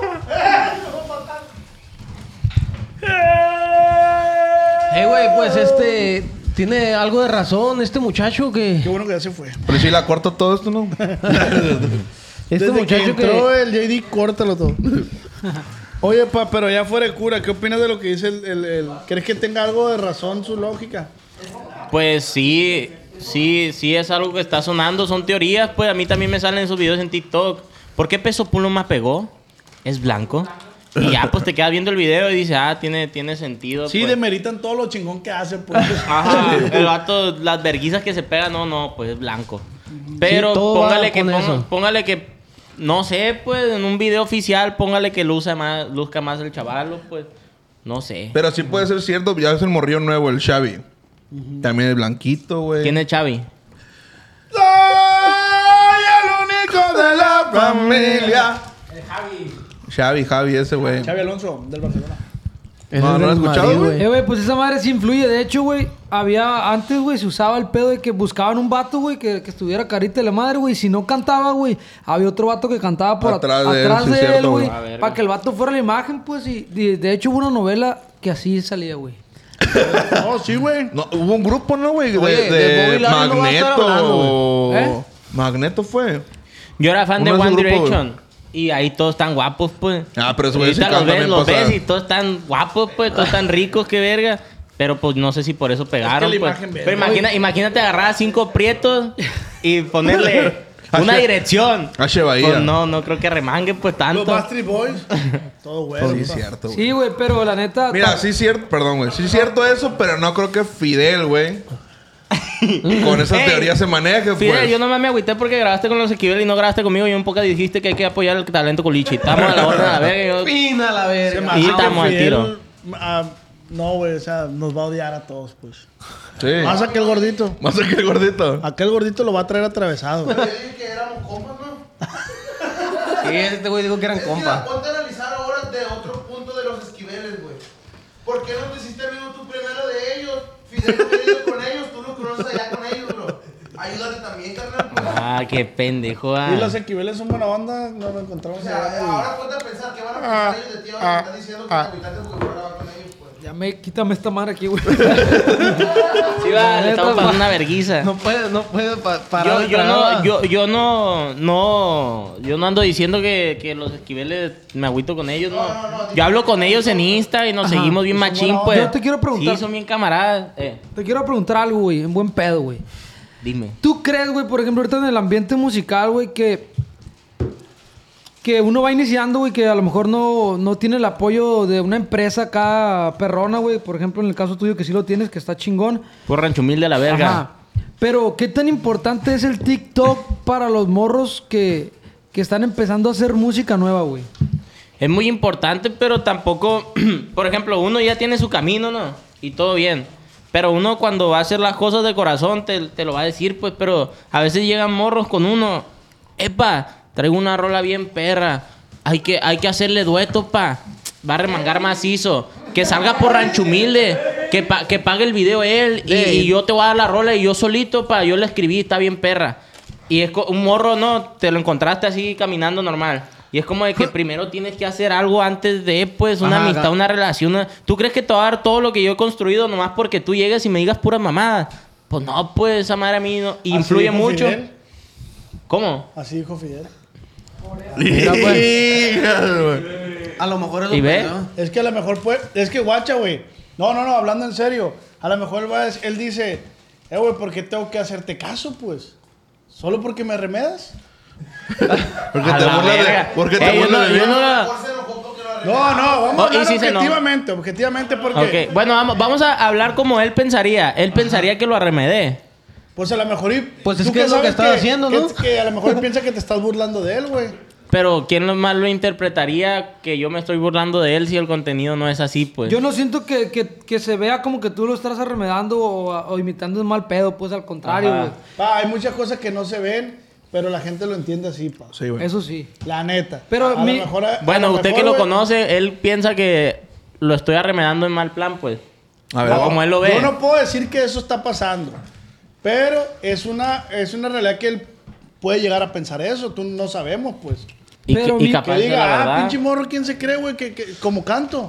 Hey, güey, pues este... Tiene algo de razón este muchacho que... Qué bueno que ya se fue. Pero si la corto todo esto, ¿no? Este Desde muchacho que que... entró el J D, córtalo todo. Oye, pa, pero ya fuera de cura, ¿qué opinas de lo que dice el, el, el- ¿Crees que tenga algo de razón su lógica? Pues sí, sí, sí es algo que está sonando. Son teorías, pues a mí también me salen esos videos en TikTok. ¿Por qué Peso Pluma pegó? Es blanco. Y ya, pues te quedas viendo el video y dices, ah, tiene, tiene sentido. Sí, pues. demeritan todo lo chingón que hace, pues. Ajá, el vato, las verguizas que se pegan, no, no, pues es blanco. Pero Sí, todo va póngale que con ponga- eso. póngale que, no sé, pues en un video oficial, póngale que luza más, luzca más el chavalo, pues, no sé. Pero sí puede ser cierto. Ya es el morrillo nuevo, el Xavi. También es blanquito, güey. ¿Quién es Xavi? Soy el único de la familia. El Javi. Xavi, Javi, ese güey. Xavi Alonso, del Barcelona. Ese No, es no lo he del escuchado, Madrid, güey. Eh, güey, pues esa madre sí influye. De hecho, güey, había... Antes, güey, se usaba el pedo de que buscaban un vato, güey, que, que estuviera carita de la madre, güey. Si no cantaba, güey, había otro vato que cantaba por at- Atrás de él, atrás sí, de cierto, él, güey. güey. Ah, verga. Para que el vato fuera la imagen, pues. Y, y de hecho hubo una novela que así salía, güey. No, sí, güey. No, hubo un grupo, ¿no, güey? De, Oye, de de Bobby Lara no va a estar Magneto. hablando, güey. ¿Eh? Magneto fue. Yo era fan Uno de de ese One grupo, Direction. Y ahí todos están guapos, pues. Ah, pero esos güeyes Ahorita sí los cantan ves, bien los pasadas. ves y todos están guapos, pues. Todos están ricos, qué verga. Pero pues no sé si por eso pegaron, la pues. imagen vende. Pero imagina, imagínate agarrar a cinco prietos y ponerle una H- dirección. H. Bahía. Pues no, no creo que remangue pues Los tanto. Backstreet Boys. Todo güey. Sí, es cierto, güey. Sí, güey, pero la neta... Mira, ta- sí es cierto, perdón, güey. Sí es cierto eso, pero no creo que Fidel, güey, con esa Ey, teoría se maneje, pues. Fidel, yo nomás me agüité porque grabaste con los Esquivel y no grabaste conmigo. Y un poco dijiste que hay que apoyar el talento culichi. Estamos a la orden a la verga. y yo- Fina la verga. Y estamos al tiro. Ah, no, güey, o sea, nos va a odiar a todos, pues. Sí. Más aquel gordito. Más que el gordito. Aquel gordito lo va a traer atravesado. Pero yo dije que éramos compas, ¿no? Sí, este güey dijo que eran Es que mira, compas. ponte a analizar ahora de otro punto de los Esquiveles, güey. ¿Por qué no te hiciste amigo tú primero de ellos? Fidel no querido con ellos, tú lo conoces allá con ellos, bro. Ayúdate también, carnal. Pues. Ah, qué pendejo. ah. Y los Esquiveles son buena onda, no lo encontramos O sea, allá. ahora ponte a pensar que van a pensar ellos de ti ahora que están diciendo que te agüitaste porque fuera a grabar con ellos, pues. Ya me... Quítame esta madre aquí, güey. Sí, va, le neta, estamos pa- pasando una verguiza. No puede, no puede pa parar Yo, de yo tragar. no, yo, yo no, no, yo no ando diciendo que, que los Esquiveles me agüito con ellos, no. Yo hablo con ellos en Insta y nos Ajá. seguimos bien Y son machín, buena pues. onda. Yo te quiero preguntar- Sí, son bien camaradas. Eh, Te quiero preguntar algo, güey, en buen pedo, güey. dime. ¿Tú crees, güey, por ejemplo, ahorita en el ambiente musical, güey, que... Que uno va iniciando, güey, que a lo mejor no, no tiene el apoyo de una empresa acá perrona, güey. Por ejemplo, en el caso tuyo que sí lo tienes, que está chingón. Por Rancho Humilde a la verga. Ajá. Pero, ¿qué tan importante es el TikTok para los morros que, que están empezando a hacer música nueva, güey? Es muy importante, pero tampoco... Por ejemplo, uno ya tiene su camino, ¿no? Y todo bien. Pero uno cuando va a hacer las cosas de corazón te, te lo va a decir, pues. Pero a veces llegan morros con uno. Epa, traigo una rola bien perra. Hay que, hay que hacerle dueto, pa. Va a remangar macizo. Que salga por Rancho Humilde. Que, pa- que pague el video él. Y, y yo te voy a dar la rola y yo solito, pa. Yo la escribí, está bien perra. Y es co- un morro, ¿no? Te lo encontraste así caminando normal. Y es como de que primero tienes que hacer algo antes de, pues, una Ajá, amistad, ga- una relación. una- ¿Tú crees que te va a dar todo lo que yo he construido nomás porque tú llegues y me digas pura mamada? Pues no, pues, esa madre a mí no... Así influye dijo mucho. Fidel. ¿Cómo? Así dijo Fidel. Mira, pues. Híjole, güey. A lo mejor eso ¿Y ve? pensó. Es que a lo mejor puede... Es que guacha, güey. No, no, no, hablando en serio. A lo mejor él, va a dec- él dice... Eh, güey, ¿por qué tengo que hacerte caso, pues? ¿Solo porque me remedas? Porque A te la burlas de... verga. Porque Eh, te yo burlas no- de yo mí. no la- No, no, vamos Oh, a hablar y si se no- objetivamente, objetivamente porque... Ok, bueno, vamos, vamos a hablar como él pensaría. Él pensaría que lo arremedé. Pues a lo mejor... y- Pues es tú que es lo que sabes estás haciendo, ¿no? Que, que a lo mejor él piensa que te estás burlando de él, güey. Pero ¿quién lo- más lo interpretaría que yo me estoy burlando de él si el contenido no es así, pues? Yo no siento que, que, que se vea como que tú lo estás arremedando o, o imitando un mal pedo, pues al contrario, Ajá. güey. Pa, hay muchas cosas que no se ven, pero la gente lo entiende así, pa. Sí, güey. Eso sí. La neta. Pero a mi- lo mejor... a- a Bueno, lo usted mejor, que lo güey, conoce, él piensa que lo estoy arremedando en mal plan, pues. A ver. O como él lo ve. Yo no puedo decir que eso está pasando, pero es una, es una realidad que él puede llegar a pensar eso. Tú no sabemos, pues. Y, Pero que- y mi- capaz Que de la diga, ah, verdad. pinche morro, ¿quién se cree, güey? Que, que, como canto.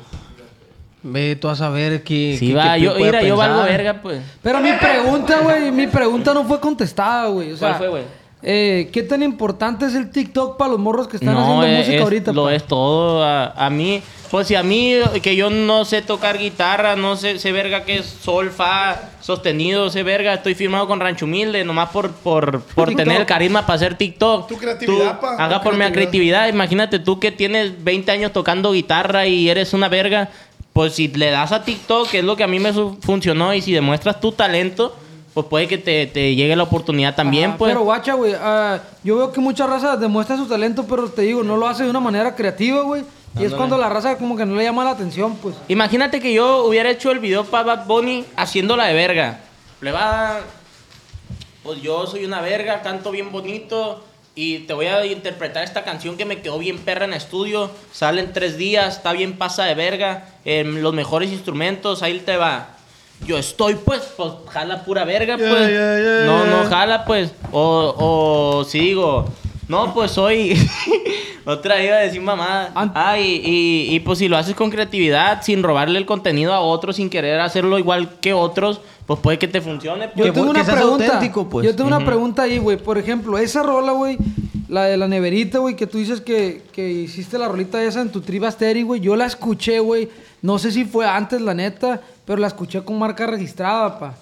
Ve tú a saber qué. Sí, qué- va, qué yo, puede mira, yo pensar. valgo verga, pues. Pero mi pregunta, güey, mi pregunta no fue contestada, güey. O sea, ¿Cuál fue, güey? eh, ¿qué tan importante es el TikTok para los morros que están No, haciendo es, música es- ahorita? lo pa? es todo. A, a mí, pues si a mí, que yo no sé tocar guitarra, no sé, sé verga que es sol, fa, sostenido, sé verga, estoy firmado con Rancho Humilde, nomás por, por, por TikTok. tener el carisma para hacer TikTok. Tu creatividad, Tú, pa, Haga tu por mi creatividad. creatividad. Imagínate tú que tienes veinte años tocando guitarra y eres una verga. Pues si le das a TikTok, que es lo que a mí me su- funcionó, y si demuestras tu talento, pues puede que te, te llegue la oportunidad también, Ajá, pues. Pero guacha, güey, ah, yo veo que mucha raza demuestra su talento, pero te digo, no lo hace de una manera creativa, güey. Y es Ándale. cuando la raza como que no le llama la atención, pues. Imagínate que yo hubiera hecho el video para Bad Bunny haciéndola de verga. Le va a... Pues yo soy una verga, canto bien bonito y te voy a interpretar esta canción que me quedó bien perra en estudio. Sale en tres días, está bien pasa de verga. em, los mejores instrumentos, ahí te va. Yo estoy, pues, pues jala pura verga, Yeah, pues. yeah, yeah, no, no yeah. jala, pues. O, o si digo, no, pues soy... Otra iba a decir mamada. An- Ah, y, y, y, pues si lo haces con creatividad, sin robarle el contenido a otros, sin querer hacerlo igual que otros, pues puede que te funcione. Yo Pues. Que tengo bu- una que seas pregunta. auténtico, pues. Yo tengo una Ujú. pregunta ahí, güey. Por ejemplo, esa rola, güey, la de la neverita, güey, que tú dices que, que hiciste la rolita esa en tu Triba Stereo, güey. Yo la escuché, güey. No sé si fue antes, la neta, pero la escuché con marca registrada, pa.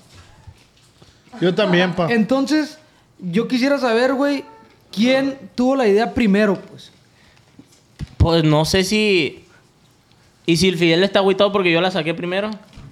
Yo también, pa. Entonces, yo quisiera saber, güey, quién tuvo la idea primero, pues. Pues no sé si... ¿Y si el Fidel está agüitado porque yo la saqué primero?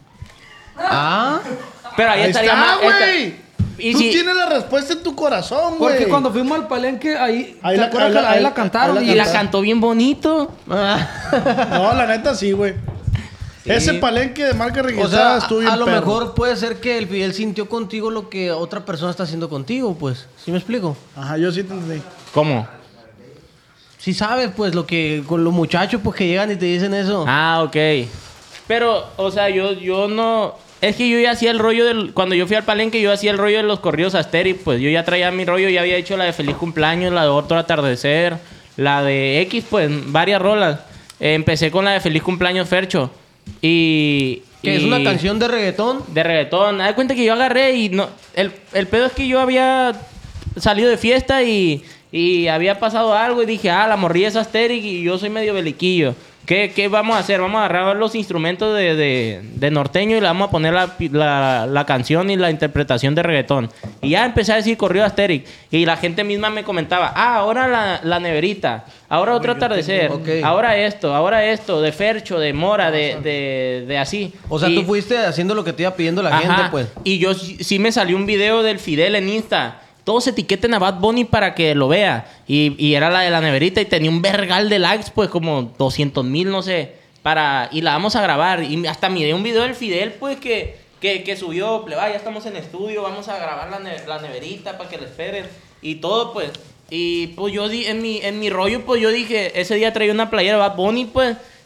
Ah, Pero ahí, Ahí estaría está, más... esta- güey. Y Tú si... tienes la respuesta en tu corazón, güey. Porque cuando fuimos al palenque, ahí, Ahí ¿te la- acuerdas ahí que la- ahí ahí- la cantaron? ahí y Y la la- cantó bien bonito. No, la neta sí, güey. Sí. Ese palenque de marca o registrada sea, estuvo bien a, a lo perro. mejor puede ser que el Fidel sintió contigo lo que otra persona está haciendo contigo, pues. ¿Sí me explico? Ajá, yo sí te entendí. ¿Cómo? Sí sabes, pues, lo que con los muchachos, pues, que llegan y te dicen eso. Ah, ok. Pero, o sea, yo, yo no... Es que yo ya hacía el rollo del... Cuando yo fui al palenque, yo hacía el rollo de los corridos Asterix. Pues yo ya traía mi rollo, ya había hecho la de Feliz Cumpleaños, la de Otro Atardecer, la de X, pues, varias rolas. Eh, empecé con la de Feliz Cumpleaños Fercho. Y... Que y- es una canción de reggaetón. de reggaetón. Haz de cuenta que yo agarré y no... El, el pedo es que yo había salido de fiesta y, y había pasado algo y dije, ah, la morrilla es Asterix y yo soy medio beliquillo. ¿Qué, ¿Qué vamos a hacer? Vamos a agarrar los instrumentos de, de, de norteño y le vamos a poner la, la, la canción y la interpretación de reggaetón. Y ya empecé a decir corrido Asterix. Y la gente misma me comentaba, ah, ahora la, la neverita, ahora otro atardecer, Ok. ahora esto, ahora esto, de Fercho, de Mora, de, de, de así. O sea, Y- tú fuiste haciendo lo que te iba pidiendo la Ajá. gente, pues. Y yo sí sí me salió un video del Fidel en Insta. Todos etiqueten a Bad Bunny para que lo vea. Y, y era la de la neverita y tenía un vergal de likes, pues como doscientos mil, no sé. Para, y la vamos a grabar. Y hasta miré un video del Fidel, pues que, que, que subió. Pleba, ya estamos en estudio, vamos a grabar la, ne- la neverita para que la esperen. Y todo, pues. Y pues yo di, en mi, en mi rollo, pues yo dije, ese día traía una playera de Bad Bunny, pues.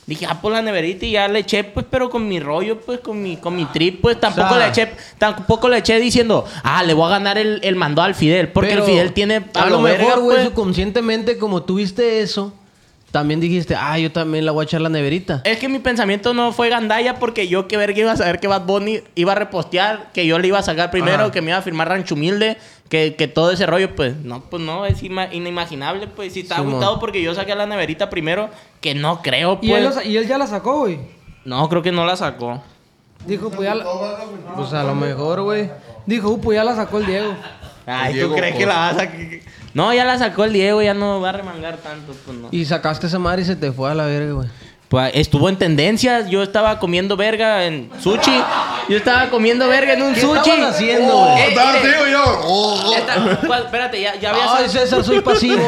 Dije, ah, pues la neverita y ya le eché, pues, pero con mi rollo, pues, con mi, con mi trip, pues, tampoco O sea, le eché, tampoco le eché diciendo, ah, le voy a ganar el, el mando al Fidel, porque Pero el Fidel tiene a lo verga, mejor, güey, pues. subconscientemente, como tuviste eso, también dijiste, ah, yo también la voy a echar la neverita. Es que mi pensamiento no fue gandalla porque yo que verga iba a saber que Bad Bunny iba a repostear, que yo le iba a sacar primero, Ajá. que me iba a firmar Rancho Humilde, que, que todo ese rollo, pues, no, pues no, es ima- inimaginable, pues, si está Simón. agüitado porque yo saqué a la neverita primero, que no creo, pues. Y él, lo sa- y él ya la sacó, güey. No, creo que no la sacó. Dijo, pues ya la, Pues a lo mejor, güey. dijo, uh, pues ya la sacó el Diego. Ay, Diego ¿tú crees que Costa. la vas a sacar? No, ya la sacó el Diego, ya no va a remangar tanto, pues no. Y sacaste esa madre y se te fue a la verga, güey. Pues estuvo en tendencias, yo estaba comiendo verga en sushi. Yo estaba comiendo verga en un ¿Qué sushi. estaban haciendo, güey? Eh, Estaba mire, así, güey, yo. Oh, oh. esta- ¿cuál? Espérate, ya, ya había Ay, sal- César, soy pasivo.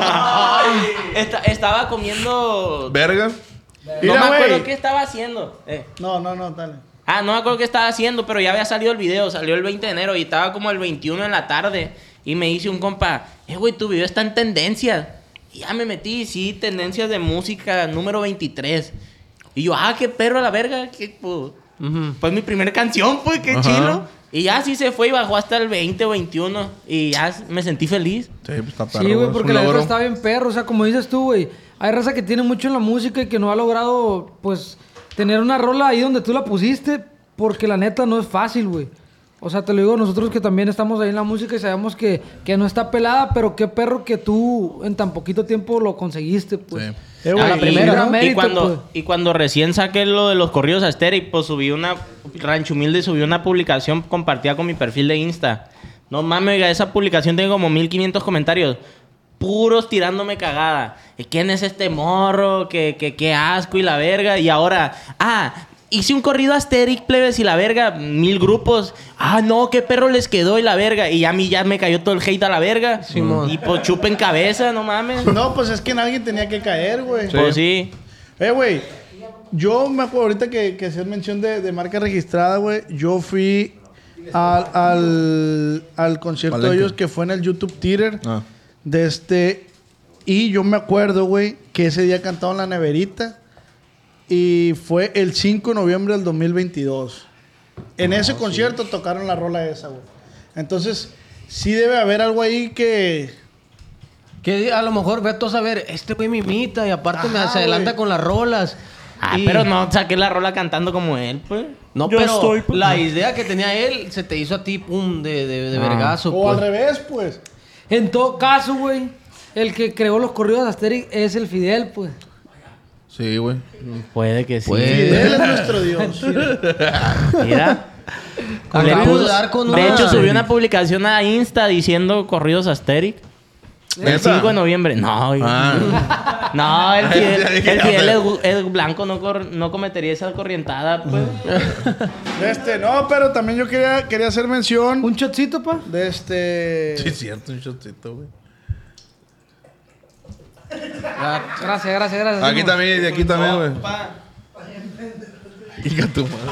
Esta- estaba comiendo. Verga. No Mira, me acuerdo güey. qué estaba haciendo. Eh. No, no, no, dale. Ah, no me acuerdo qué estaba haciendo, pero ya había salido el video. Salió el veinte de enero y estaba como el veintiuno en la tarde. Y me dice un compa, eh, güey, tu video está en tendencias. Y ya me metí, sí, tendencias de música número veintitrés. Y yo, ah, qué perro a la verga. Qué, pues, Ujú. pues mi primera canción, pues, qué Ajá. chilo. Y ya sí se fue y bajó hasta el veinte o veintiuno. Y ya me sentí feliz. Sí, pues está perro. Sí, güey, es porque un la neta logro. está bien perro. O sea, como dices tú, güey. Hay raza que tiene mucho en la música y que no ha logrado, pues, tener una rola ahí donde tú la pusiste. Porque la neta no es fácil, güey. O sea, te lo digo nosotros que también estamos ahí en la música y sabemos que, que no está pelada, pero qué perro que tú en tan poquito tiempo lo conseguiste, pues. Sí. Eh, Ah, güey, la y- primera, y, ¿no? Mérito, cuando, pues. y cuando recién saqué lo de los corridos asteric, pues subí una... Rancho Humilde subió una publicación compartida con mi perfil de Insta. No mames, oiga, esa publicación tiene como mil quinientos comentarios. Puros tirándome cagada. ¿Quién es este morro? ¿Qué, qué, qué asco y la verga? Y ahora... Ah... Hice un corrido asteric, plebes, y la verga, mil grupos. Ah, no, qué perro les quedó y la verga. Y a mí ya me cayó todo el hate a la verga. Simón. Y pues chupen cabeza, no mames. No, pues es que en alguien tenía que caer, güey. Pues sí. Eh, güey, yo me acuerdo ahorita que, que hacías mención de, de marca registrada, güey. Yo fui al, al, al concierto Palenque. de ellos que fue en el YouTube Theater. Ah. De este... Y yo me acuerdo, güey, que ese día cantaban La Neverita. Y fue el cinco de noviembre del dos mil veintidós. En ese concierto tocaron la rola esa, güey. Entonces, sí debe haber algo ahí que... Que a lo mejor ve a todos a ver, este güey me imita y aparte me Ajá, se adelanta güey. con las rolas. Ah, Y- pero no saqué la rola cantando como él, pues. No, Yo pero estoy, pues. la idea que tenía él se te hizo a ti, pum, de, de, de Ah. vergazo. O pues. al revés, pues. En todo caso, güey, el que creó los corridos Asterix es el Fidel, pues. Sí, güey. Puede que sí. Puede. Fidel es nuestro Dios. Mira. Le Acabamos puso- de dar con de una- hecho, subió una publicación a Insta diciendo corridos asteric. El ¿Neta? cinco de noviembre. No, güey. Ah. No, el Ya Fidel, dije, el ya Fidel sé. es, es blanco, no, cor- no cometería esa corrientada, pues. Este, no, pero también yo quería, quería hacer mención Un shotcito, pa. de este... Sí, es cierto, un shotcito, güey. Gracias, gracias, gracias. Aquí Simón. también, de aquí también, güey. Pa. Hija tu madre.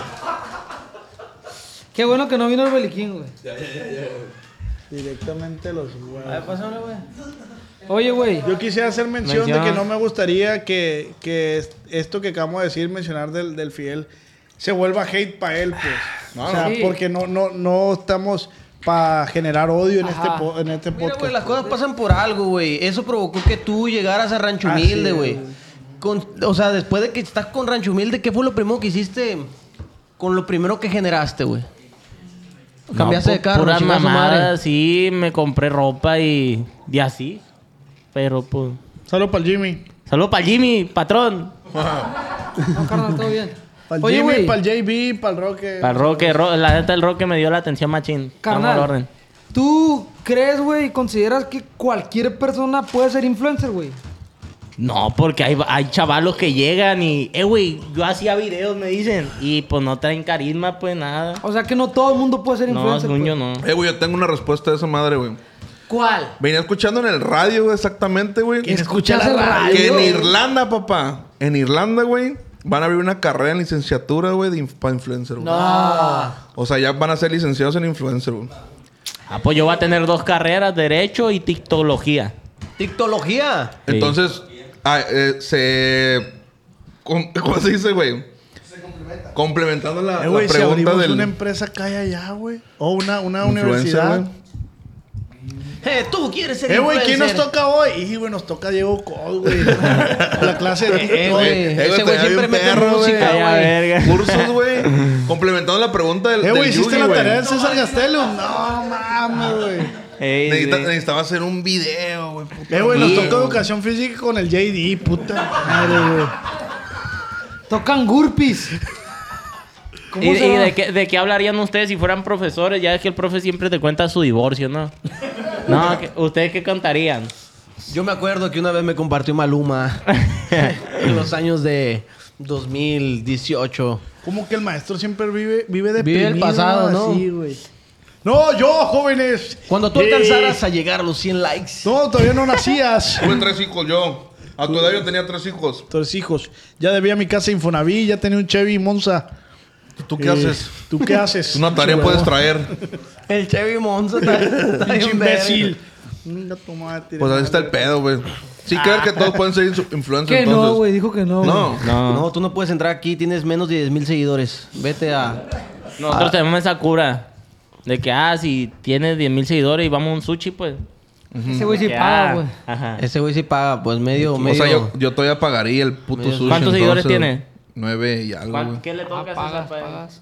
Qué bueno que no vino el Beliquín, güey. Directamente los huevos. Pásame, güey. Oye, güey. Yo quisiera hacer mención, Mención. de que no me gustaría que, que est- esto que acabamos de decir, mencionar del, del Fidel, se vuelva hate para él, pues. No, o sea, sí. porque no, no, no estamos para generar odio en Ajá. este, po- en este Mira, podcast. güey, las cosas pasan por algo, güey. Eso provocó que tú llegaras a Rancho Así Humilde, es, güey. güey. Con- O sea, después de que estás con Rancho Humilde, ¿qué fue lo primero que hiciste con lo primero que generaste, güey? Cambiaste No, de carro, puras chingada su madre. mamadas, sí, me compré ropa y, y así. Pero pues. Saludos para el Jimmy. Saludos para Jimmy, patrón. No, carnal, todo bien. Para el Oye, Jimmy, güey. para el J B, para el Roque. Para el Roque, Ro- la neta, el Roque me dio la atención machín. Vamos al Carnal, orden. ¿tú crees, güey, consideras que cualquier persona puede ser influencer, güey? No, porque hay, hay chavalos que llegan y, eh, güey, yo hacía videos, me dicen. Y pues no traen carisma, pues nada. O sea que no todo el mundo puede ser No, influencer. Nuño pues. no. Eh, güey, yo tengo una respuesta a esa madre, güey. ¿Cuál? Venía escuchando en el radio, güey, exactamente, güey. ¿Escuchas el radio? Que en Irlanda, papá. En Irlanda, güey, van a abrir una carrera en licenciatura, güey, de inf- para influencer, güey. O sea, ya van a ser licenciados en influencer, güey. Ah, pues yo voy a tener dos carreras, Derecho y TikTología. Tictología. Sí. Entonces, ah, eh, se... com- ¿Cómo se dice, güey? Se complementa. Complementando la, Eh, güey, la si pregunta abrimos del una empresa acá y allá, güey. O una, una influencer, universidad. güey. Eh, tú quieres ser Eh, güey, ¿quién nos influencer? toca hoy? Y, güey, nos toca Diego Cole, güey. La clase de Eh, eh, TikTok. güey. Eh, Ese güey, güey estaría siempre bien mete perro, música, güey. A güey. verga. Cursos, güey. Complementando la pregunta del, Eh, güey, del ¿hiciste Yugi, la güey. tarea de César Gastelum? No, mames, güey. Ey, Necesita- sí. necesitaba hacer un video, güey. puta Eh, güey, nos madre. toca educación física con el J D, puta madre, güey. Tocan gurpis. ¿Cómo ¿Y, y será? de, qué, de qué hablarían ustedes si fueran profesores? Ya es que el profe siempre te cuenta su divorcio, ¿no? No, que- ¿ustedes qué contarían? Yo me acuerdo que una vez me compartió Maluma en los años de dos mil dieciocho. Como que el maestro siempre vive, vive Vive deprimido. el pasado, ¿no? Así, güey. No, yo, jóvenes. Cuando tú Eh, alcanzaras a llegar a los cien likes. No, todavía no nacías. Tuve tres hijos yo. A tu edad yo tenía tres hijos. Tres hijos. Ya debía mi casa Infonavit, ya tenía un Chevy Monza. ¿Tú qué Eh, haces? ¿Tú qué haces? Una tarea puedes traer. El Chevy Monza está, está Pinche bien verga. imbécil. Venga, tu madre. Pues ahí está el pedo, güey. Sí, creer que todos pueden ser insu- influencers. Que no, entonces. güey. Dijo que no. güey. No. No. No, tú no puedes entrar aquí, tienes menos de diez mil seguidores. Vete a... Nosotros tenemos esa cura. De que, ah, si tienes diez mil seguidores y vamos a un sushi, pues... Ese güey sí que, paga, ah, güey. Ajá. Ese güey sí paga, pues medio, O medio... sea, yo, yo todavía pagaría el puto Medio- sushi. ¿Cuántos seguidores entonces, tiene? Nueve y algo, ¿Cuán- güey. ¿Qué le toca Ah, a pagas, César? pues? pagas.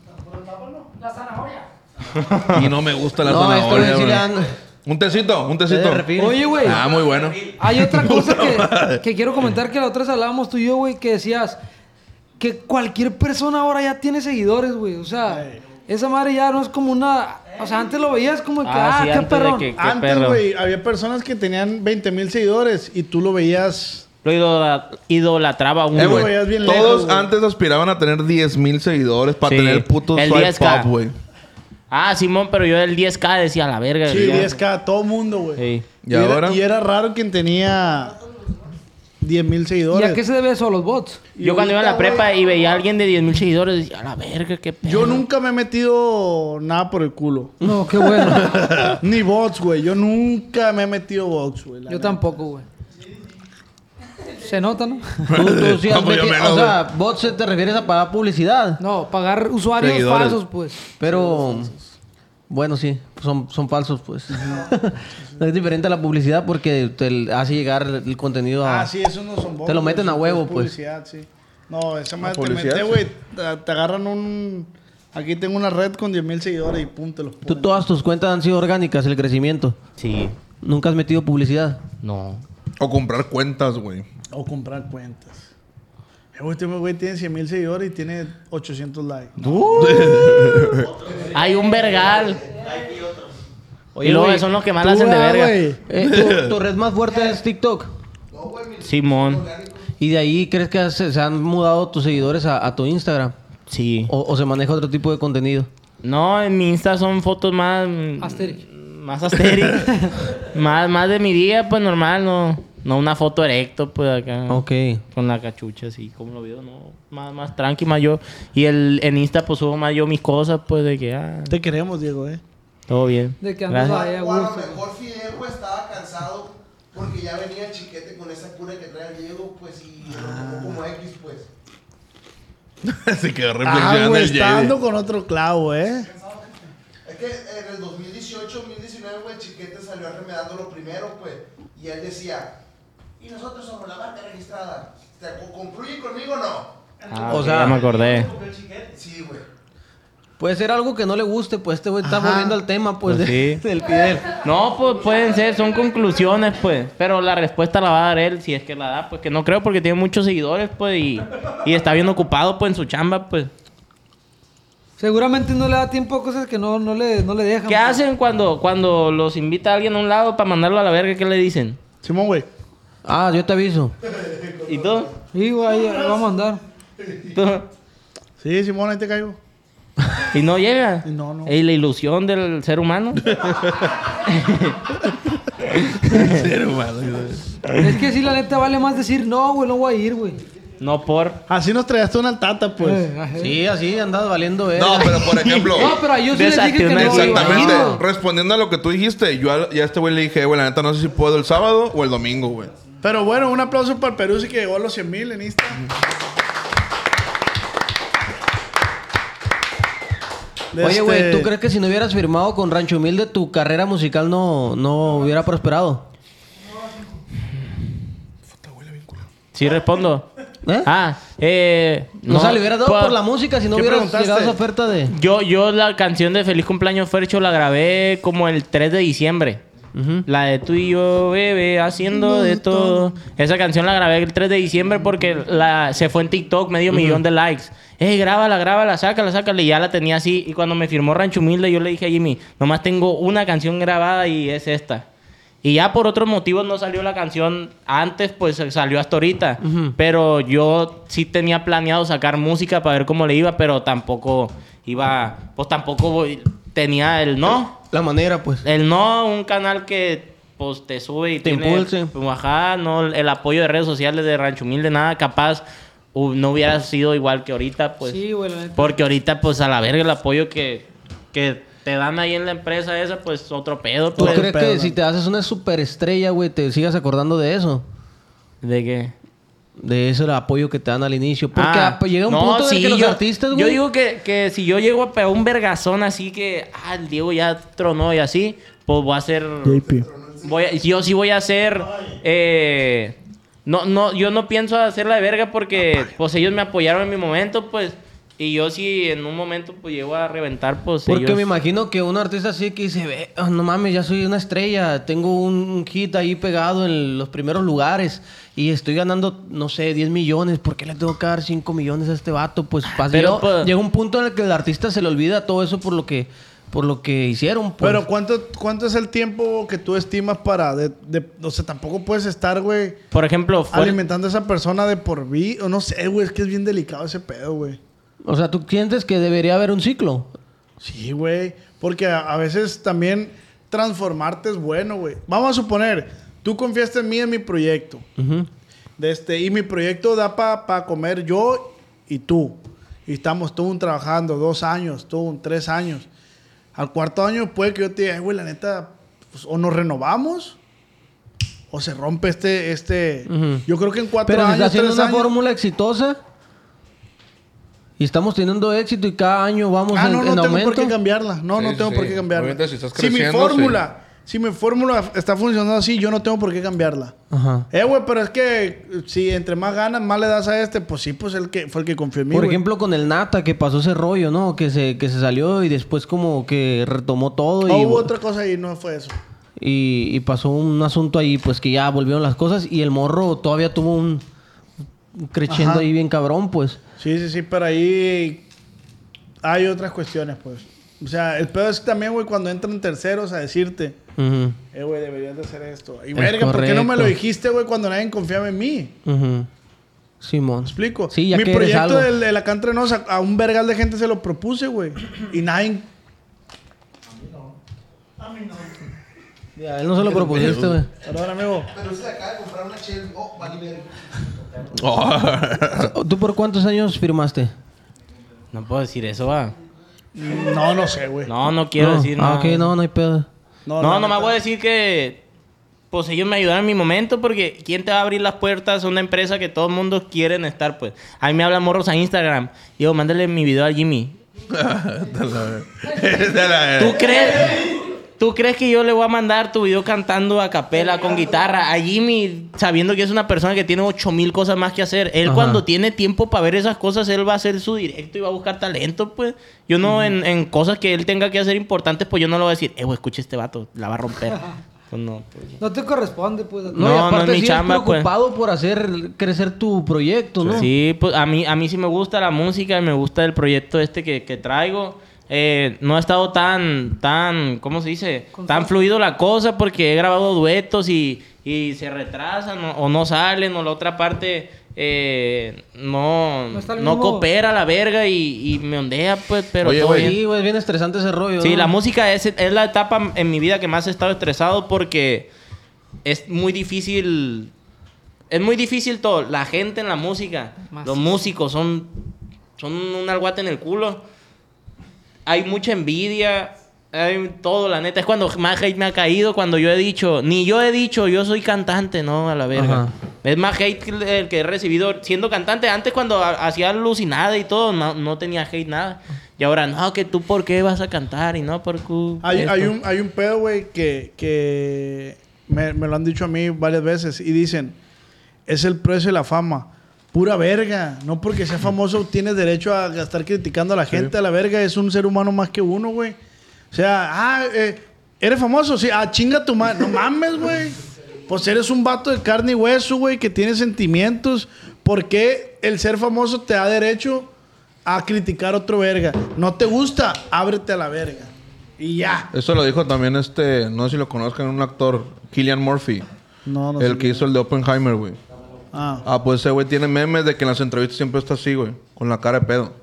Y no me gusta la No, esto zanahoria, sí güey. le dan... Un tecito, un Te tecito. de refil. Oye, güey. Ah, muy bueno. Hay otra cosa que, que quiero comentar que la otra vez hablábamos tú y yo, güey, que decías que cualquier persona ahora ya tiene seguidores, güey. O sea, esa madre ya no es como una... O sea, antes lo veías como que, Ah, ah, sí, qué antes de perrón. que- Qué Antes, perro. güey, había personas que tenían veinte mil seguidores y tú lo veías. Lo idola- idolatraba a uno. Eh, lo güey. veías bien Todos lejos, güey. antes aspiraban a tener diez mil seguidores para Sí. tener el puto El swipe diez K. up, güey. Ah, Simón, pero yo del diez K decía, la verga. Sí, ya. diez K, todo mundo, güey. Sí. ¿Y era, ahora? y era raro quien tenía diez mil ¿Y seguidores. a qué se debe eso? ¿A los bots? Y Yo cuando iba en la ahorita, prepa güey, y veía a alguien de diez mil seguidores, decía, a la verga, qué pedo. Yo nunca me he metido nada por el culo. No, qué bueno. Ni bots, güey. Yo nunca me he metido bots, güey. la Yo neta. tampoco, güey. Se nota, ¿no? Tú, tú sí has No, pues yo metido- menos, o sea, bots te refieres a pagar publicidad. No, pagar usuarios Seguidores. falsos, pues. Pero... Bueno, sí, son, son falsos, pues. Es diferente a la publicidad porque te hace llegar el contenido a... Ah, sí, esos no son bots. Te lo meten güey, a huevo, es pues. publicidad, sí. No, esa madre te publicidad, mete, sí. güey. Te, te agarran un... Aquí tengo una red con diez mil seguidores y pum, te los Tú, ponen. todas tus cuentas han sido orgánicas, el crecimiento. Sí. Nunca has metido publicidad. No. O comprar cuentas, güey. O comprar cuentas. Eh, güey, Este güey tiene cien mil seguidores y tiene ochocientos likes. Hay un vergal. Oye, y luego güey, son los que más Tú, la hacen de ah, verga. güey. Eh, tu, tu red más fuerte es TikTok. Simón. Y de ahí crees que se, se han mudado tus seguidores a, a tu Instagram. Sí. O, o se maneja otro tipo de contenido. No, en mi Insta son fotos más... Asterix. Más asterix. más, más de mi día, pues normal, no. No una foto erecto, pues acá. Ok. Con la cachucha así, como lo veo, no. Más, más tranqui, más yo. Y el, en Insta pues subo más yo mis cosas, pues de que, ah, Te queremos, Diego, eh. todo bien. De que andas Gracias. ahí a O a lo gusto. mejor Fidel, güey, estaba cansado porque ya venía el chiquete con esa cura que trae el Diego, pues, y lo tomó como X, pues. Se quedó Ah, reflexionando güey, el está Jedi. dando con otro clavo, eh. Es que en el dos mil dieciocho, dos mil diecinueve, güey, el chiquete salió remedando lo primero, pues. Y él decía, y nosotros somos la marca registrada. ¿Te co- concluye conmigo o no? Ah, O ok, sea- ya me acordé. Sí, güey. Puede ser algo que no le guste, pues este güey está Ajá. volviendo al tema, pues, Pues de- sí. del Fidel. No, pues pueden ser, son conclusiones, pues. Pero la respuesta la va a dar él, si es que la da, pues que no creo porque tiene muchos seguidores, pues, y, y está bien ocupado, pues, en su chamba, pues. Seguramente no le da tiempo a cosas que no, no, le, no le dejan. ¿Qué pues. hacen cuando, cuando los invita a alguien a un lado para mandarlo a la verga? ¿Qué le dicen? Simón, güey. Ah, yo te aviso. ¿Y tú? Sí, güey, ahí va a mandar. ¿Tú? Sí, Simón, ahí te caigo. ¿Y no llega? Y no, no. ¿Y la ilusión del ser humano? Ser humano. Es que sí, la neta vale más decir, no, güey, no voy a ir, güey. No por... Así nos traías tú una tata, pues. Eh, ajá. Sí, así andas valiendo verga. No, pero por ejemplo. No, pero a yo sí les dije que no iba a ir. Exactamente. güey. Respondiendo a lo que tú dijiste, yo a, ya a este güey le dije, güey, la neta no sé si puedo el sábado o el domingo, güey. Pero bueno, un aplauso para el Perú, sí que llegó a los cien mil en Insta. De Oye, este- güey, ¿tú crees que si no hubieras firmado con Rancho Humilde, tu carrera musical no, no hubiera prosperado? Sí, respondo. ¿Eh? Ah, eh... No, o sea, le hubieras dado pues, por la música si no ¿qué hubieras preguntaste? llegado a esa oferta de... Yo, yo la canción de Feliz Cumpleaños Fercho la grabé como el tres de diciembre. Ujú. La de tú y yo, bebé, haciendo de todo. Esa canción la grabé el tres de diciembre porque la, se fue en TikTok, medio millón de likes. Ey, grábala, grábala, sácala, sácala. Y ya la tenía así. Y cuando me firmó Rancho Humilde, yo le dije a Jimmy, nomás tengo una canción grabada y es esta. Y ya por otros motivos no salió la canción antes, pues salió hasta ahorita. Ujú. Pero yo sí tenía planeado sacar música para ver cómo le iba, pero tampoco iba... Pues tampoco voy- tenía el no. La manera, pues. El no, un canal que pues te sube y Te tiene, impulse. pues, ajá, no, el apoyo de redes sociales de Rancho Humilde, nada, capaz hu- no hubiera sido igual que ahorita, pues. Sí, güey, la neta. Porque ahorita, pues, a la verga el apoyo que, que te dan ahí en la empresa esa, pues, otro pedo, ¿Tú pues. crees pedo, que ¿no? si te haces una superestrella, güey, te sigas acordando de eso? ¿De qué? De ese apoyo que te dan al inicio. Porque Ah, ah, llega un no, punto en el sí, que los yo, artistas, güey... Yo digo que, que si yo llego a pegar un vergazón así que... Ah, el Diego ya tronó y así... Pues voy a hacer... Voy a- yo sí voy a hacer... Eh, no, no, yo no pienso hacerla de verga porque... Pues ellos me apoyaron en mi momento, pues... Y yo sí en un momento pues llego a reventar, pues Porque ellos- me imagino que un artista así que dice, "Ve, oh, no mames, ya soy una estrella, tengo un, un hit ahí pegado en los primeros lugares y estoy ganando, no sé, diez millones, ¿por qué le tengo que dar cinco millones a este vato?" Pues, pas- Pero, llega, pues- llega un punto en el que el artista se le olvida todo eso por lo que, por lo que hicieron, pues. Pero ¿cuánto, ¿cuánto es el tiempo que tú estimas para... De, de- o sea, tampoco puedes estar, güey, Por ejemplo... fue- alimentando a esa persona de por vida. O no sé, güey, es que es bien delicado ese pedo, güey. O sea, ¿tú sientes que debería haber un ciclo? Sí, güey. Porque a, a veces también transformarte es bueno, güey. Vamos a suponer, tú confiaste en mí en mi proyecto. Ujú. De este, y mi proyecto da para comer yo y tú. Y estamos tú trabajando dos años, tú tres años. Al cuarto año puede que yo te diga, "Ay, güey, la neta, pues, o nos renovamos o se rompe este... este Ujú. Yo creo que en cuatro Pero si años, está haciendo tres una años... fórmula exitosa y estamos teniendo éxito y cada año vamos Ah, en, no, en no tengo aumento. por qué cambiarla. No, Sí, no sí, tengo sí. por qué cambiarla. Obviamente, si estás mi creciendo, fórmula, si mi fórmula está funcionando así, yo no tengo por qué cambiarla. Ajá. Eh, güey, pero es que si entre más ganas, más le das a este, pues sí, pues el que fue el que confió en mí, Por güey. ejemplo, con el Nata, que pasó ese rollo, ¿no? Que se, que se salió y después como que retomó todo Oh, y, hubo otra cosa y no fue eso. y, y pasó un asunto ahí, pues que ya volvieron las cosas y el morro todavía tuvo un un crescendo Ajá. ahí bien cabrón, pues. Sí, sí, sí, pero ahí hay otras cuestiones, pues. O sea, el peor es que también, güey, cuando entran terceros a decirte, Ujú, eh, güey, deberías de hacer esto. Y Es verga, ¿por qué no me lo correcto. dijiste, güey, cuando nadie confiaba en mí? ujú. Simón. ¿Me explico? Sí, ya Mi que eres proyecto algo. del- de la Acá Entre Nos, a, a un vergal de gente se lo propuse, güey. Y nadie... Ya, él no se lo propusiste, güey. Perdón, amigo. Pero se acaba de comprar una Chevy. Oh, vale, verga. Oh. ¿Tú por cuántos años firmaste? No puedo decir eso, va. No, no sé, güey. No, no quiero No. decir Ah, nada. ok, no, no hay pedo. No, la nomás neta. voy a decir que pues ellos me ayudaron en mi momento porque ¿quién te va a abrir las puertas a una empresa que todo el mundo quieren estar, pues? A mí me hablan morros a Instagram. Y yo, mándale mi video a Jimmy. ¿Tú crees? ¿Tú crees que yo le voy a mandar tu video cantando a capela con guitarra a Jimmy sabiendo que es una persona que tiene ocho mil cosas más que hacer? Él Ajá. cuando tiene tiempo para ver esas cosas, él va a hacer su directo y va a buscar talento, pues. Yo no en, en cosas que él tenga que hacer importantes, pues yo no le voy a decir, eh, güey, escucha este vato, la va a romper. Pues no, pues. No te corresponde, pues. No, No, y no aparte es mi sí chamba, eres preocupado por hacer crecer tu proyecto, ¿no? Sí, pues a mí, a mí sí me gusta la música y me gusta el proyecto este que, que traigo. Eh, no ha estado tan, tan, ¿cómo se dice? Tan fluido la cosa porque he grabado duetos y, y se retrasan o, o no salen o la otra parte eh, no, No está el no mismo- coopera la verga y, y me ondea, pues, pero Oye, todo güey. bien. Sí, güey, es bien estresante ese rollo. Sí, ¿no? la música es, es la etapa en mi vida que más he estado estresado porque es muy difícil. Es muy difícil todo. La gente en la música, Más. los músicos son, son un alguate en el culo. Hay mucha envidia, hay todo, la neta. Es cuando más hate me ha caído, cuando yo he dicho, ni yo he dicho, yo soy cantante, no, a la verga. Ajá. Es más hate que el que he recibido siendo cantante. Antes cuando ha- hacía alucinada y todo, no, no tenía hate nada. Y ahora, no, que tú por qué vas a cantar y no por qué... Hay, hay, un, hay un pedo, güey, que, que me, me lo han dicho a mí varias veces y dicen, es el precio de la fama. Pura verga. No porque sea famoso tienes derecho a estar criticando a la gente. Sí. A la verga es un ser humano más que uno, güey. O sea, ah, eh, ¿eres famoso? Sí. Ah, chinga tu madre. No mames, güey. Pues eres un vato de carne y hueso, güey, que tiene sentimientos. ¿Por qué el ser famoso te da derecho a criticar a otro verga? No te gusta, ábrete a la verga. Y ya. Eso lo dijo también este, no sé si lo conozcan, un actor, Cillian Murphy. No, no El sé que hizo el de Oppenheimer, güey. Ah. Ah, pues ese güey tiene memes de que en las entrevistas siempre está así, güey. Con la cara de pedo.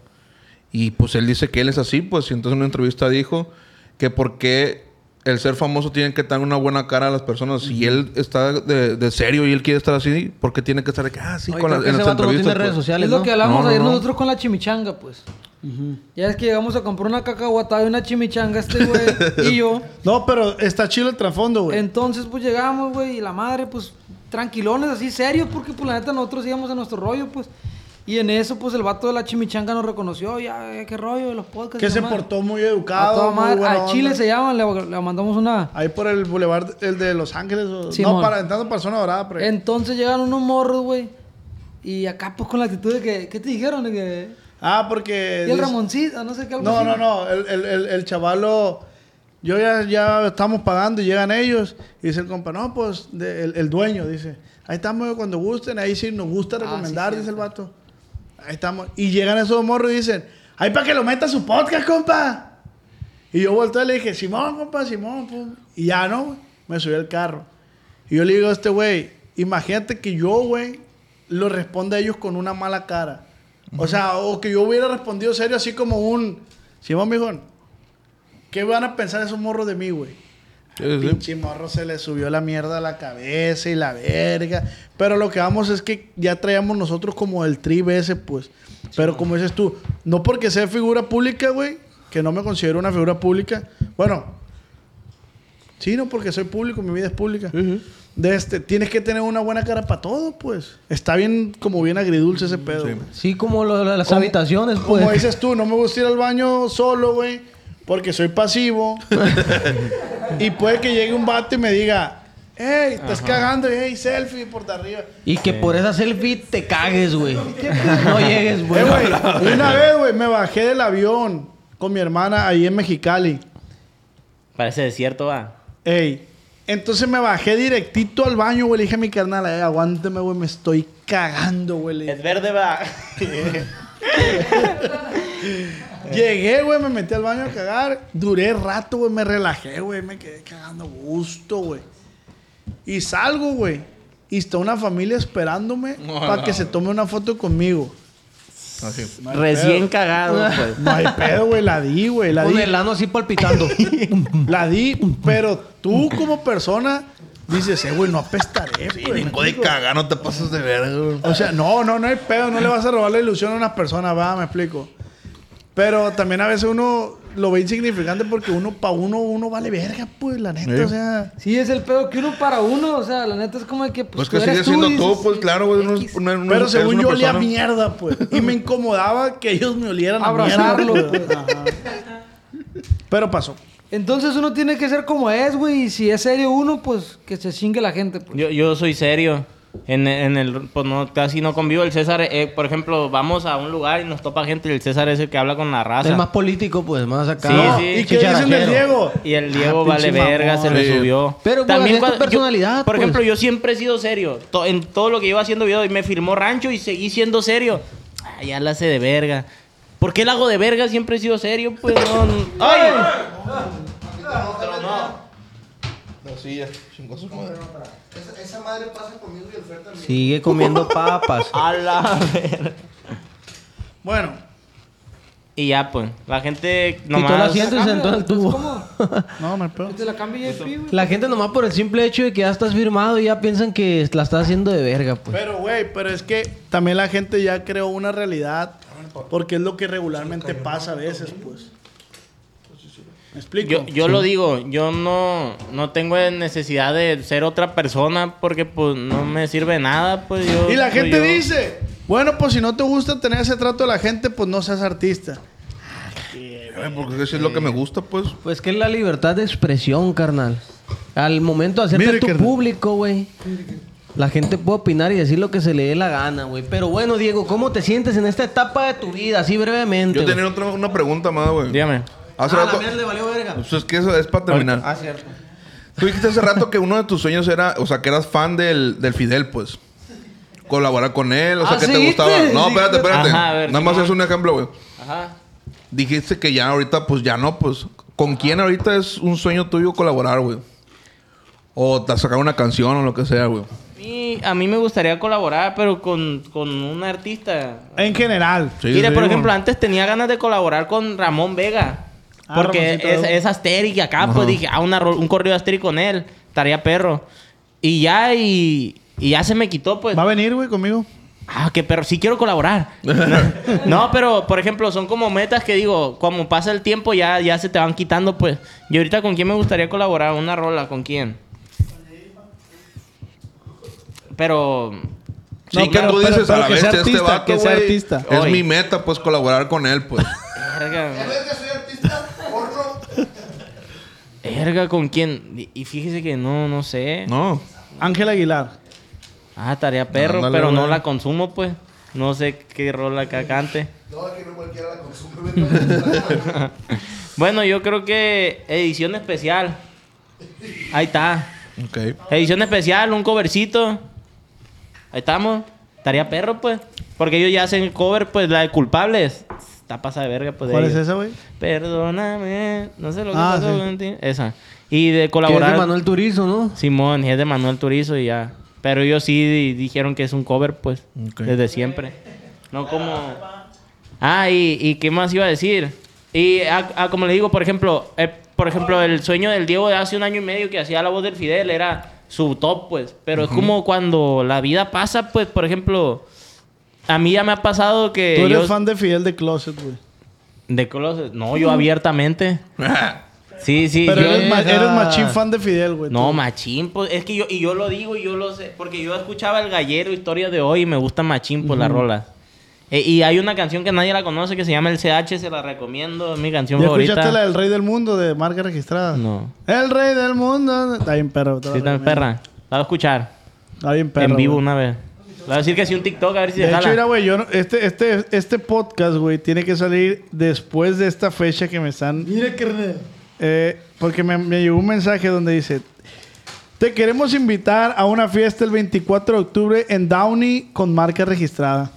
Y pues él dice que él es así, pues. Y entonces en una entrevista dijo que por qué el ser famoso tiene que tener una buena cara a las personas. Si él está de, de serio y él quiere estar así, ¿por qué tiene que estar aquí? Ah, sí, Oye, con la, creo que en ese las vato no entrevistas. tiene redes pues. sociales, Es lo ¿no? que hablamos No, no, ayer no. nosotros con la chimichanga, pues. Ya es que llegamos a comprar una cacahuatada y una chimichanga este güey y yo. No, pero está chido el trasfondo, güey. Entonces, pues llegamos, güey, y la madre, pues, tranquilones, así serios, porque pues la neta nosotros íbamos a nuestro rollo, pues. Y en eso, pues, el vato de la chimichanga nos reconoció, ya, eh, qué rollo de los podcasts. Que y se la madre. portó muy A educado. toda muy madre. buena A Chile onda. se llaman, le, le mandamos una... Ahí por el boulevard, el de Los Ángeles. O... Simón. No, para entrando para Zona Dorada. Pero... Entonces llegaron unos morros, güey. Y acá, pues, con la actitud de que... ¿Qué te dijeron? De que... Ah, porque... Y el dice- Ramoncito, no sé qué. algo No, así. no, no. El, el, el, el chavalo... Yo ya, ya estamos pagando y llegan ellos. Y dice el compa, no, pues, de- el, el dueño, dice. Ahí estamos cuando gusten. Ahí sí nos gusta recomendar, Ah, sí, dice el vato. Ahí estamos. Y llegan esos morros y dicen, ahí para que lo meta a su podcast, compa. Y yo volteé y le dije, Simón, compa, Simón. Pum. Y ya, ¿no? Güey? Me subí al carro. Y yo le digo a este güey, imagínate que yo, güey, lo responda a ellos con una mala cara. O sea, o que yo hubiera respondido serio así como un... Simón, mijón, ¿qué van a pensar esos morros de mí, güey? Sí, sí. Pinche morro se le subió la mierda a la cabeza y la verga. Pero lo que vamos es que ya traíamos nosotros como el trip ese, pues. Pero como dices tú, no porque sea figura pública, güey, que no me considero una figura pública. Bueno, sí, no porque soy público, mi vida es pública. De este, tienes que tener una buena cara para todo, pues. Está bien, como bien agridulce ese pedo, Sí. güey. Sí, como lo- las Como- habitaciones, pues. Como dices tú, no me gusta ir al baño solo, güey, porque soy pasivo. Y puede que llegue un vato y me diga, hey, estás cagando, y hey, selfie por de arriba. Y que por esa selfie te cagues, güey. No llegues, güey. Eh, güey, una vez, güey, me bajé del avión con mi hermana ahí en Mexicali. Parece desierto, va. Ey, entonces me bajé directito al baño, güey. Le dije a mi carnal, eh, aguántame, güey, me estoy cagando, güey. Le dije. Es verde, va. Llegué, güey, me metí al baño a cagar. Duré rato, güey, me relajé, güey. Me quedé cagando a gusto, güey. Y salgo, güey. Y está una familia esperándome para que se tome una foto conmigo. Así. No hay Recién pedo. cagado, pues. No hay pedo, güey. La di, güey. La Con di. el ano así palpitando. La di. Pero tú, como persona, dices, eh, güey, no apestaré, Sí, güey. vengo de cagar, no te pases de verga, güey. O sea, no, no, no hay pedo. No le vas a robar la ilusión a unas personas, va, me explico. Pero también a veces uno lo ve insignificante porque uno, para uno, uno vale verga, pues, la neta, Sí. o sea... Sí, es el pedo que uno para uno, o sea, la neta es como de que... Pues tú que eres sigue siendo y tú, dices, pues claro, güey. No es- X. no es- no Pero es- según eres yo una olía a persona. mierda, pues. Y me incomodaba que ellos me olieran a Abrazarlo, mierda. pues. Pues. Ajá. Pero pasó. Entonces uno tiene que ser como es, güey. Y si es serio uno, pues que se chingue la gente, pues. Yo, yo soy serio. En, en el, pues no, casi no convivo. El César, eh, por ejemplo, vamos a un lugar y nos topa gente y el César es el que habla con la raza. Es más político, pues, más acá. Sí, No, sí. ¿y qué dicen del Diego? Y el Diego Ah, vale pinche verga, mamón. se le Sí. subió. Pero, pues, así es tu cuando- yo- personalidad, por pues. ejemplo, yo siempre he sido serio. To- en todo lo que iba haciendo video y me firmó Rancho y seguí siendo serio. Ah, ya la hace de verga. ¿Por qué la hago de verga? Siempre he sido serio, pues no. no- ¡Ay! Sí, ya, chingó su madre. Esa, esa madre pasa conmigo y el Fer también. Sigue comiendo papas. A la verga. Bueno, Y ya, pues, la gente Quitó el nomás... asiento y se sentó en el tubo. ¿Cómo? no, no hay pedo. Te la cambia J P, güey. La gente nomás por el simple hecho de que ya estás firmado y ya piensan que la estás haciendo de verga, pues. Pero, güey, pero es que también la gente ya creó una realidad porque es lo que regularmente pasa a veces, pues. ¿Me explico? Yo, yo lo digo, yo no, no tengo necesidad de ser otra persona porque pues no me sirve de nada, pues yo... Y la soy gente yo. dice, bueno, pues si no te gusta tener ese trato de la gente, pues no seas artista. Ay, porque eso es lo que me gusta, pues. Pues que es la libertad de expresión, carnal. Al momento de hacerte Mire, tu carnal. público, güey. La gente puede opinar y decir lo que se le dé la gana, güey. Pero bueno, Diego, ¿cómo te sientes en esta etapa de tu vida? Así brevemente. Yo güey. tenía otra, una pregunta más, güey. Dígame. Hace Ah, rato... la mía le valió verga. Pues es que eso es para terminar. Ah, cierto. Tú dijiste hace rato que uno de tus sueños era... O sea, que eras fan del, del Fidel, pues. Colaborar con él. O sea, Ah, que te ¿sí? gustaba... No, Sí. espérate, espérate. Ajá, a ver, Nada más Simón. es un ejemplo, güey. Ajá. Dijiste que ya ahorita, pues ya no, pues. ¿Con quién ahorita es un sueño tuyo colaborar, güey? O te sacar una canción o lo que sea, güey. Y a mí me gustaría colaborar, pero con, con un artista. En general. Sí, Mire, sí, por güey. ejemplo, antes tenía ganas de colaborar con Ramón Vega. Ah, Porque Ramoncito es, Vega. es Asteri y acá, pues dije, ah, una ro- un corrido Asteri con él. Estaría perro. Y ya, y, y ya se me quitó, pues. ¿Va a venir, güey, conmigo? Ah, qué perro. Sí quiero colaborar. No, pero, por ejemplo, son como metas que digo, como pasa el tiempo, ya, ya se te van quitando, pues. Y ahorita, ¿con quién me gustaría colaborar? Una rola, ¿con quién? Pero... Sí, No, que pero- tú pero- dices, pero a la que vez sea este artista, vato, que sea güey, artista. es Oye. mi meta, pues, colaborar con él, pues. Verga, ¿Ves que soy artista? Porno. verga, ¿con quién? Y, y fíjese que no, no sé. No. Ángel Aguilar. Ah, tarea perro, Ándale, pero no güey. la consumo, pues. No sé qué rola acá cante. No, es que no cualquiera la consume. Bueno, yo creo que edición especial. Ahí está. Ok. Edición especial, un covercito. Ahí estamos. Estaría perro, pues. Porque ellos ya hacen cover, pues, la de Culpables. Está pasada de verga, pues. de ¿Cuál es ellos. esa, güey? Perdóname. No sé lo que Ah, pasó sí. contigo. Esa. Y de Que es colaborar... de Manuel Turizo, ¿no? Simón, y es de Manuel Turizo y ya. Pero ellos sí di- dijeron que es un cover, pues. Ok. Desde siempre. No como... Ah, y, y ¿qué más iba a decir? Y ah, ah, como le digo, por ejemplo... eh, por ejemplo, el sueño del Diego de hace un año y medio que hacía la voz del Fidel era su top, pues. Pero es como cuando la vida pasa, pues, por ejemplo... A mí ya me ha pasado que... Tú eres yo- fan de Fidel de Closet, güey. De closet. No, yo abiertamente. Sí, sí. Pero yo- eres, ma- Verga. eres machín fan de Fidel, güey. No, tú. machín, pues es que yo, y yo lo digo y yo lo sé, porque yo escuchaba el gallero, historia de hoy, y me gusta machín por la rola. Eh, y hay una canción que nadie la conoce que se llama El C H, se la recomiendo, es mi canción ¿Ya favorita. escuchaste la del Rey del Mundo de marca registrada? No. El Rey del Mundo. Está bien perro. te la Sí, está en recomiendo. perra. La voy a escuchar Está bien perro. en vivo güey. una vez. Le voy a decir que sí un TikTok a ver si De se hecho, jala. mira, güey, yo no- este, este, este podcast, güey, tiene que salir después de esta fecha que me están... Mira, carnal. Eh, porque me, me llegó un mensaje donde dice... Te queremos invitar a una fiesta el veinticuatro de octubre en Downey con marca registrada.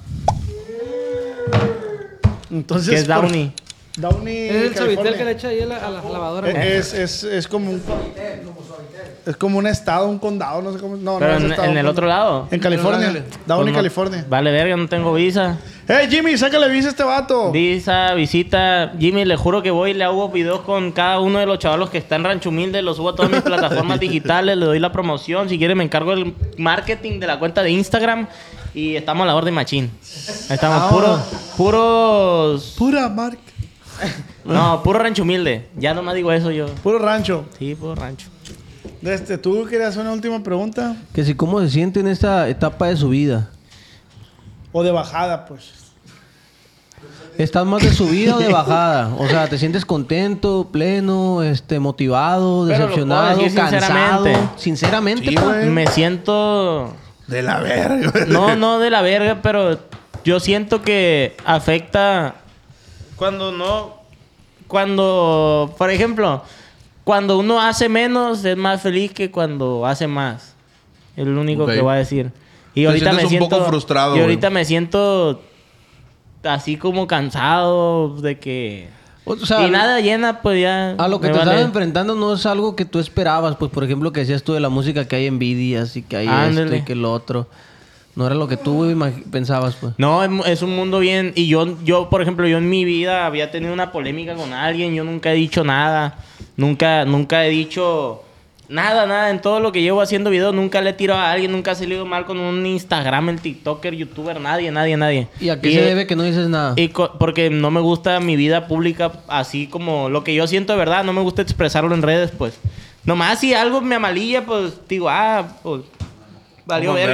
Entonces, ¿Qué es por- Downey? Downey, Es el suavitel California. que le echa ahí a la, a la lavadora. Eh, Es, es, es como un... Es como un estado, un condado, no sé cómo... No, Pero no es en, estado, en el un- otro lado. En California. Los Ángeles. Downey, Pues no- California. Vale, verga, no tengo visa. ¡Hey, Jimmy! ¡Sácale visa a este vato! Visa, visita. Jimmy, le juro que voy y le hago videos con cada uno de los chavalos que están en Rancho Humilde. Los subo a todas mis plataformas digitales. Le doy la promoción. Si quiere, me encargo del marketing de la cuenta de Instagram. Y estamos a la orden machín. Ahí estamos. Ah. Puros... Puros... Pura marca. No, puro Rancho Humilde. Ya nomás digo eso yo. Puro rancho. Sí, puro rancho. Este, ¿tú querías hacer una última pregunta? Que si cómo se siente en esta etapa de su vida. O de bajada, pues. ¿Estás más de subida o de bajada? O sea, ¿te sientes contento, pleno, este, motivado, Pero lo decepcionado, puedo decir cansado? sinceramente. Sinceramente, Sí, pa. güey. Me siento... De la verga. No, no de la verga, pero yo siento que afecta cuando no... Cuando, por ejemplo, cuando uno hace menos es más feliz que cuando hace más. Es lo único Ok. que voy a decir. Y Te ahorita me sientes un siento... poco frustrado, Y ahorita güey. me siento así como cansado de que... O sea, y nada llena, pues ya... A lo que me te vale. estás enfrentando no es algo que tú esperabas. Pues, por ejemplo, que decías tú de la música que hay envidias y que hay esto Ándale. y que lo otro. No era lo que tú imag- pensabas, pues. No, es, mu- es un mundo bien... Y yo, yo, por ejemplo, yo en mi vida había tenido una polémica con alguien. Yo nunca he dicho nada. Nunca, nunca he dicho... Nada, nada. En todo lo que llevo haciendo videos, nunca le he tirado a alguien. Nunca he salido mal con un Instagram, el TikToker, YouTuber. Nadie, nadie, nadie. ¿Y a qué se eh, debe que no dices nada? Y co- porque no me gusta mi vida pública así como... Lo que yo siento de verdad. No me gusta expresarlo en redes, pues. Nomás si algo me amalilla, pues digo... Ah, pues... Valió Vamos a verga. ver.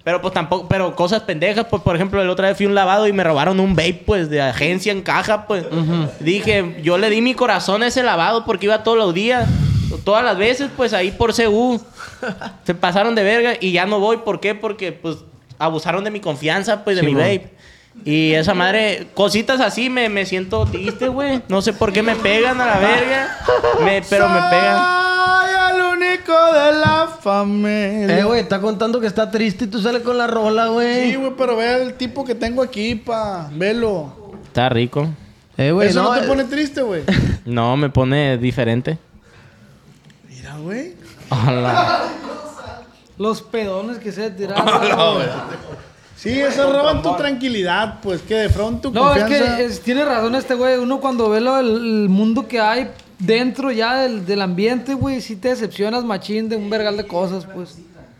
Pero pues tampoco, pero cosas pendejas, pues por ejemplo, el otra vez fui a un lavado y me robaron un vape, pues, de agencia en caja, pues. Uh-huh. Dije, yo le di mi corazón a ese lavado porque iba todos los días, todas las veces, pues, ahí por C U. Se pasaron de verga y ya no voy. ¿Por qué? Porque, pues, abusaron de mi confianza, pues, de sí, mi vape. Y esa madre, cositas así, me, me siento triste, güey. No sé por qué me pegan a la verga, me, pero me pegan. El único de la familia. Eh, güey, está contando que está triste y tú sales con la rola, güey. Sí, güey, pero ve el tipo que tengo aquí, pa. Velo. Está rico. Eh, güey, ¿Eso no, no te eh... pone triste, güey? No, me pone diferente. Mira, güey. Hola. Los pedones que se tiraron. Sí, eso roban tu tranquilidad, pues, que de pronto tu No, confianza... es que es, tiene razón este güey. Uno cuando ve lo, el, el mundo que hay dentro ya del, del ambiente, güey, sí te decepcionas machín de un vergal de cosas, pues.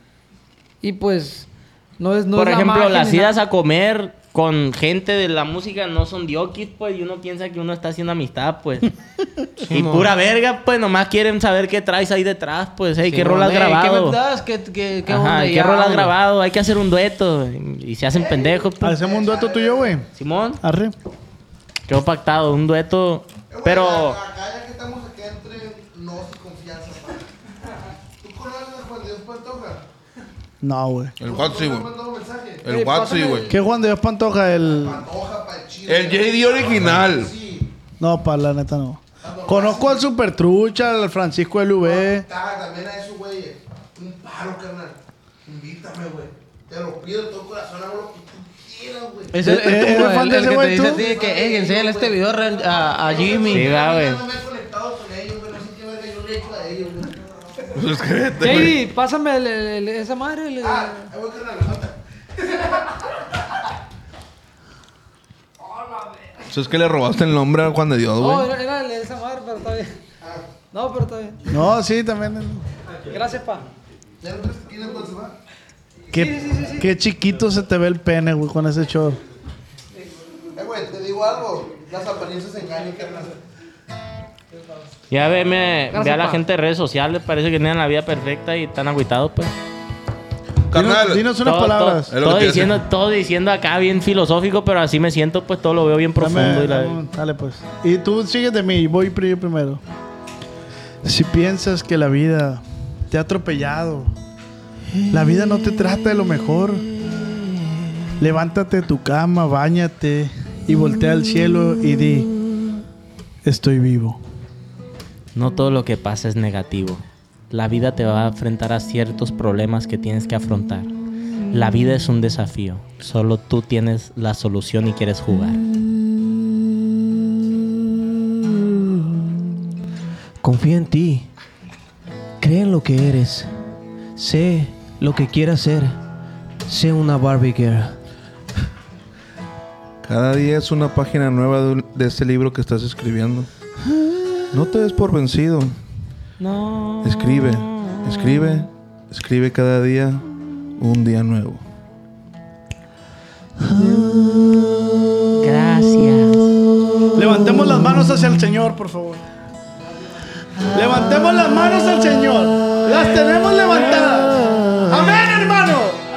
Y pues, no es no Por es la ejemplo, magia las ni idas nada. a comer con gente de la música no son diokis, pues, y uno piensa que uno está haciendo amistad, pues. Y no. pura verga, pues, nomás quieren saber qué traes ahí detrás, pues, hey, Sí, qué rolas hey, grabado. ¿Qué verdad? ¿Qué, qué, qué Ajá, onda? qué Ya, rolas güey. grabado, hay que hacer un dueto. Y se hacen pendejos, pues. Hacemos un dueto tú y yo, güey. Simón, Arre. quedó pactado, un dueto. Pero, Acá ya que estamos aquí entre nos y confianza, pa. ¿Tú conoces a Juan Dios Pantoja? No, güey. El Watsi, ¿No güey. me mandó un mensaje? El Watsi, güey. ¿Qué Juan de Dios Pantoja? El... Pantoja, pa' el chido. El J D original. Sí. No, pa, la neta no. Conozco al Super Trucha, al Francisco L V. Ah, también a esos güeyes. Un paro, carnal. Invítame, güey. Te lo pido de todo corazón, hago lo que tú quieras, güey. Es el, ¿Eh, es eh, como ¿eres fan el, de el ese que te güey, dice tú? a ti que, hey, enséñale este video a, a, a Jimmy. sí, va, güey. No me he conectado con ellos, güey. No sé qué verga yo le he hecho a ellos, güey. Suscríbete, güey. J D, pásame el- el- el- esa madre. el- Ah, ahí voy, carnal, levanta. Eso es que le robaste el nombre a Juan de Dios, No, güey. era, era el de esa madre, pero está bien. No, pero está bien. No, sí, también. Gracias, pa. Ya no traes tequila, entonces, va. Qué, qué chiquito se te ve el pene, güey, con ese short. Eh, güey, te digo algo. Las apariencias engañan, carnal. Ya ve, me, Gracias, ve a la pa. gente de redes sociales, parece que tienen la vida perfecta y están agüitados, pues. Carnal. Dinos, dinos unas Todo- palabras. Todo, Es lo que todo te diciendo, todo diciendo acá bien filosófico, pero así me siento, pues todo lo veo bien profundo. Dame- y la- dame un- dale, pues. Y tú sigues de mí, voy pri- primero. Si piensas que la vida te ha atropellado, la vida no te trata de lo mejor. Levántate de tu cama, báñate y voltea al cielo y di: estoy vivo. No todo lo que pasa es negativo. La vida te va a enfrentar a ciertos problemas que tienes que afrontar. La vida es un desafío. Solo tú tienes la solución y quieres jugar. Confía en ti. Cree en lo que eres. Sé lo que quieras ser. Sé una Barbie girl. Cada día es una página nueva de, un- de este libro que estás escribiendo. No te des por vencido. No. Escribe, escribe, escribe cada día un día nuevo. Gracias. Levantemos las manos hacia el Señor, por favor. Levantemos las manos al Señor. Las tenemos levantadas. Amén, hermano.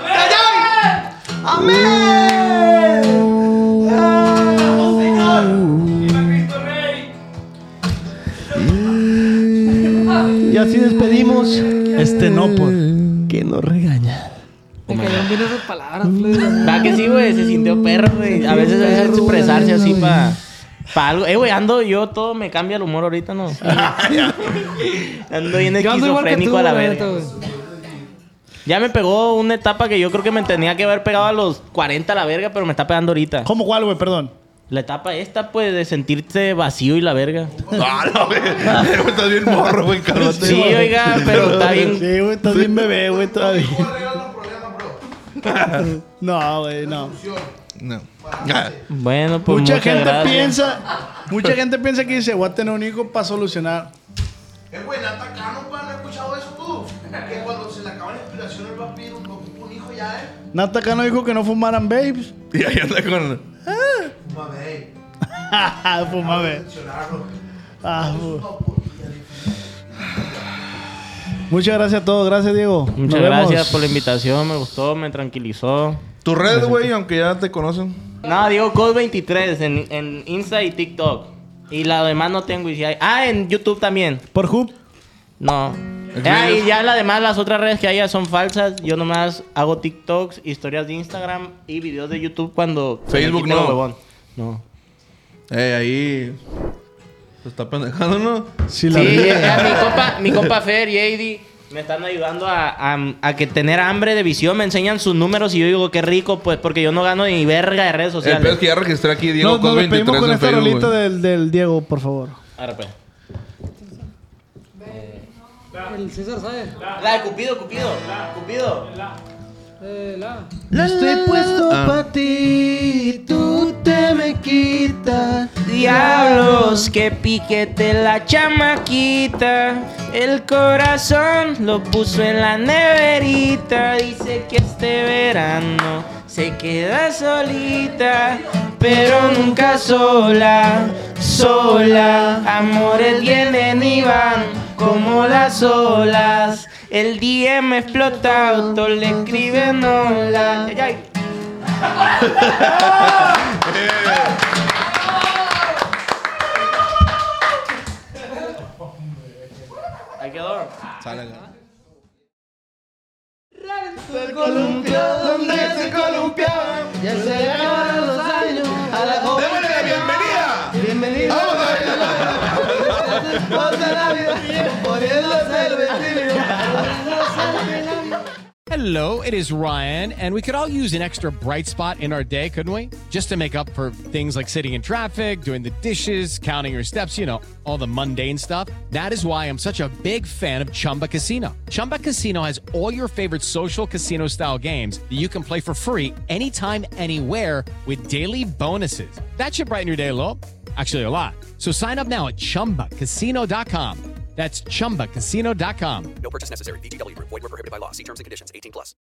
Y así despedimos Este no, pues. que nos regaña. Me cayeron bien esas palabras, plebe. Va que sí, güey, se sintió perro, güey. A veces hay que expresarse así para pa algo. Eh, güey, ando yo, todo me cambia el humor ahorita, ¿no? Ando bien Yo ando igual que esquizofrénico tú, a la la verga. neta, güey. Ya me pegó una etapa que yo creo que me tenía que haber pegado a los cuarenta a la verga, pero me está pegando ahorita. ¿Cómo cuál, güey? Perdón. La etapa esta, pues, de sentirte vacío y la verga. Ah, no, güey. Estás bien morro, güey, cálmate. Sí, oiga, pero está bien. Sí, güey, estás bien bebé, güey, todavía. ¿Cómo arreglar los problemas, bro? No, güey, no. No. Ah, Bueno, pues Mucha muchas gente gracias. piensa, mucha gente piensa que dice, voy a tener un hijo para solucionar. Eh, güey, Nata Cano, pa, ¿no has escuchado eso tú? Que cuando se le acaba la inspiración, él va a pedir un, un hijo ya, ¿eh? Nata Cano dijo que no fumaran babes. Y ahí anda con... Mame, Fuma, babe. mencionarlo. Ah, fu- No, porquería, Muchas gracias a todos. Gracias, Diego. Muchas Nos gracias vemos. por la invitación. Me gustó, me tranquilizó. Tu red, güey, aunque ya te conocen. No, digo Code veintitrés en, en Insta y TikTok. Y la demás no tengo. Y si hay... Ah, en YouTube también. ¿Por Hub? No. ¿En Ah, serio? y ya la demás, las otras redes que hay ya son falsas. Yo nomás hago TikToks, historias de Instagram y videos de YouTube cuando... se me Facebook quite lo no. huevón. No. Eh, ahí... Se está pendejando, ¿no? Sí, Sí, la eh, mi compa, mi compa Fer y Eddie me están ayudando a, a, a que tener hambre de visión. Me enseñan sus números y yo digo, qué rico, pues, porque yo no gano ni verga de redes El sociales. peor es que ya registré aquí Diego Nos, nos Cos despedimos veintitrés con en esta Facebook, rolita güey. del, del Diego, por favor. Arre, pues. El César sabe. La de Cupido, Cupido. Cupido. Eh, la. Estoy puesto Ah. para ti, tú te me quitas. Diablos, que piquete la chamaquita. El corazón lo puso en la neverita. Dice que este verano se queda solita, pero nunca sola, sola. Amores vienen y van como las olas. El D M explota, todos le escriben hola. Ay, ay. Ahí quedó. Sale, güey. Donde se columpiaban, ya se acabaron los años. A la joven. ¡Démosle la bienvenida! Bienvenido. Vamos a la vida, poniéndose el vestido. Hello, it is Ryan, and we could all use an extra bright spot in our day, couldn't we? Just to make up for things like sitting in traffic, doing the dishes, counting your steps, you know, all the mundane stuff. That is why I'm such a big fan of Chumba Casino. Chumba Casino has all your favorite social casino style games that you can play for free anytime, anywhere with daily bonuses. That should brighten your day a little. Actually, a lot. So sign up now at chumba casino dot com. That's chumba casino dot com. No purchase necessary. V G W Group. Void where prohibited by law. See terms and conditions. eighteen plus.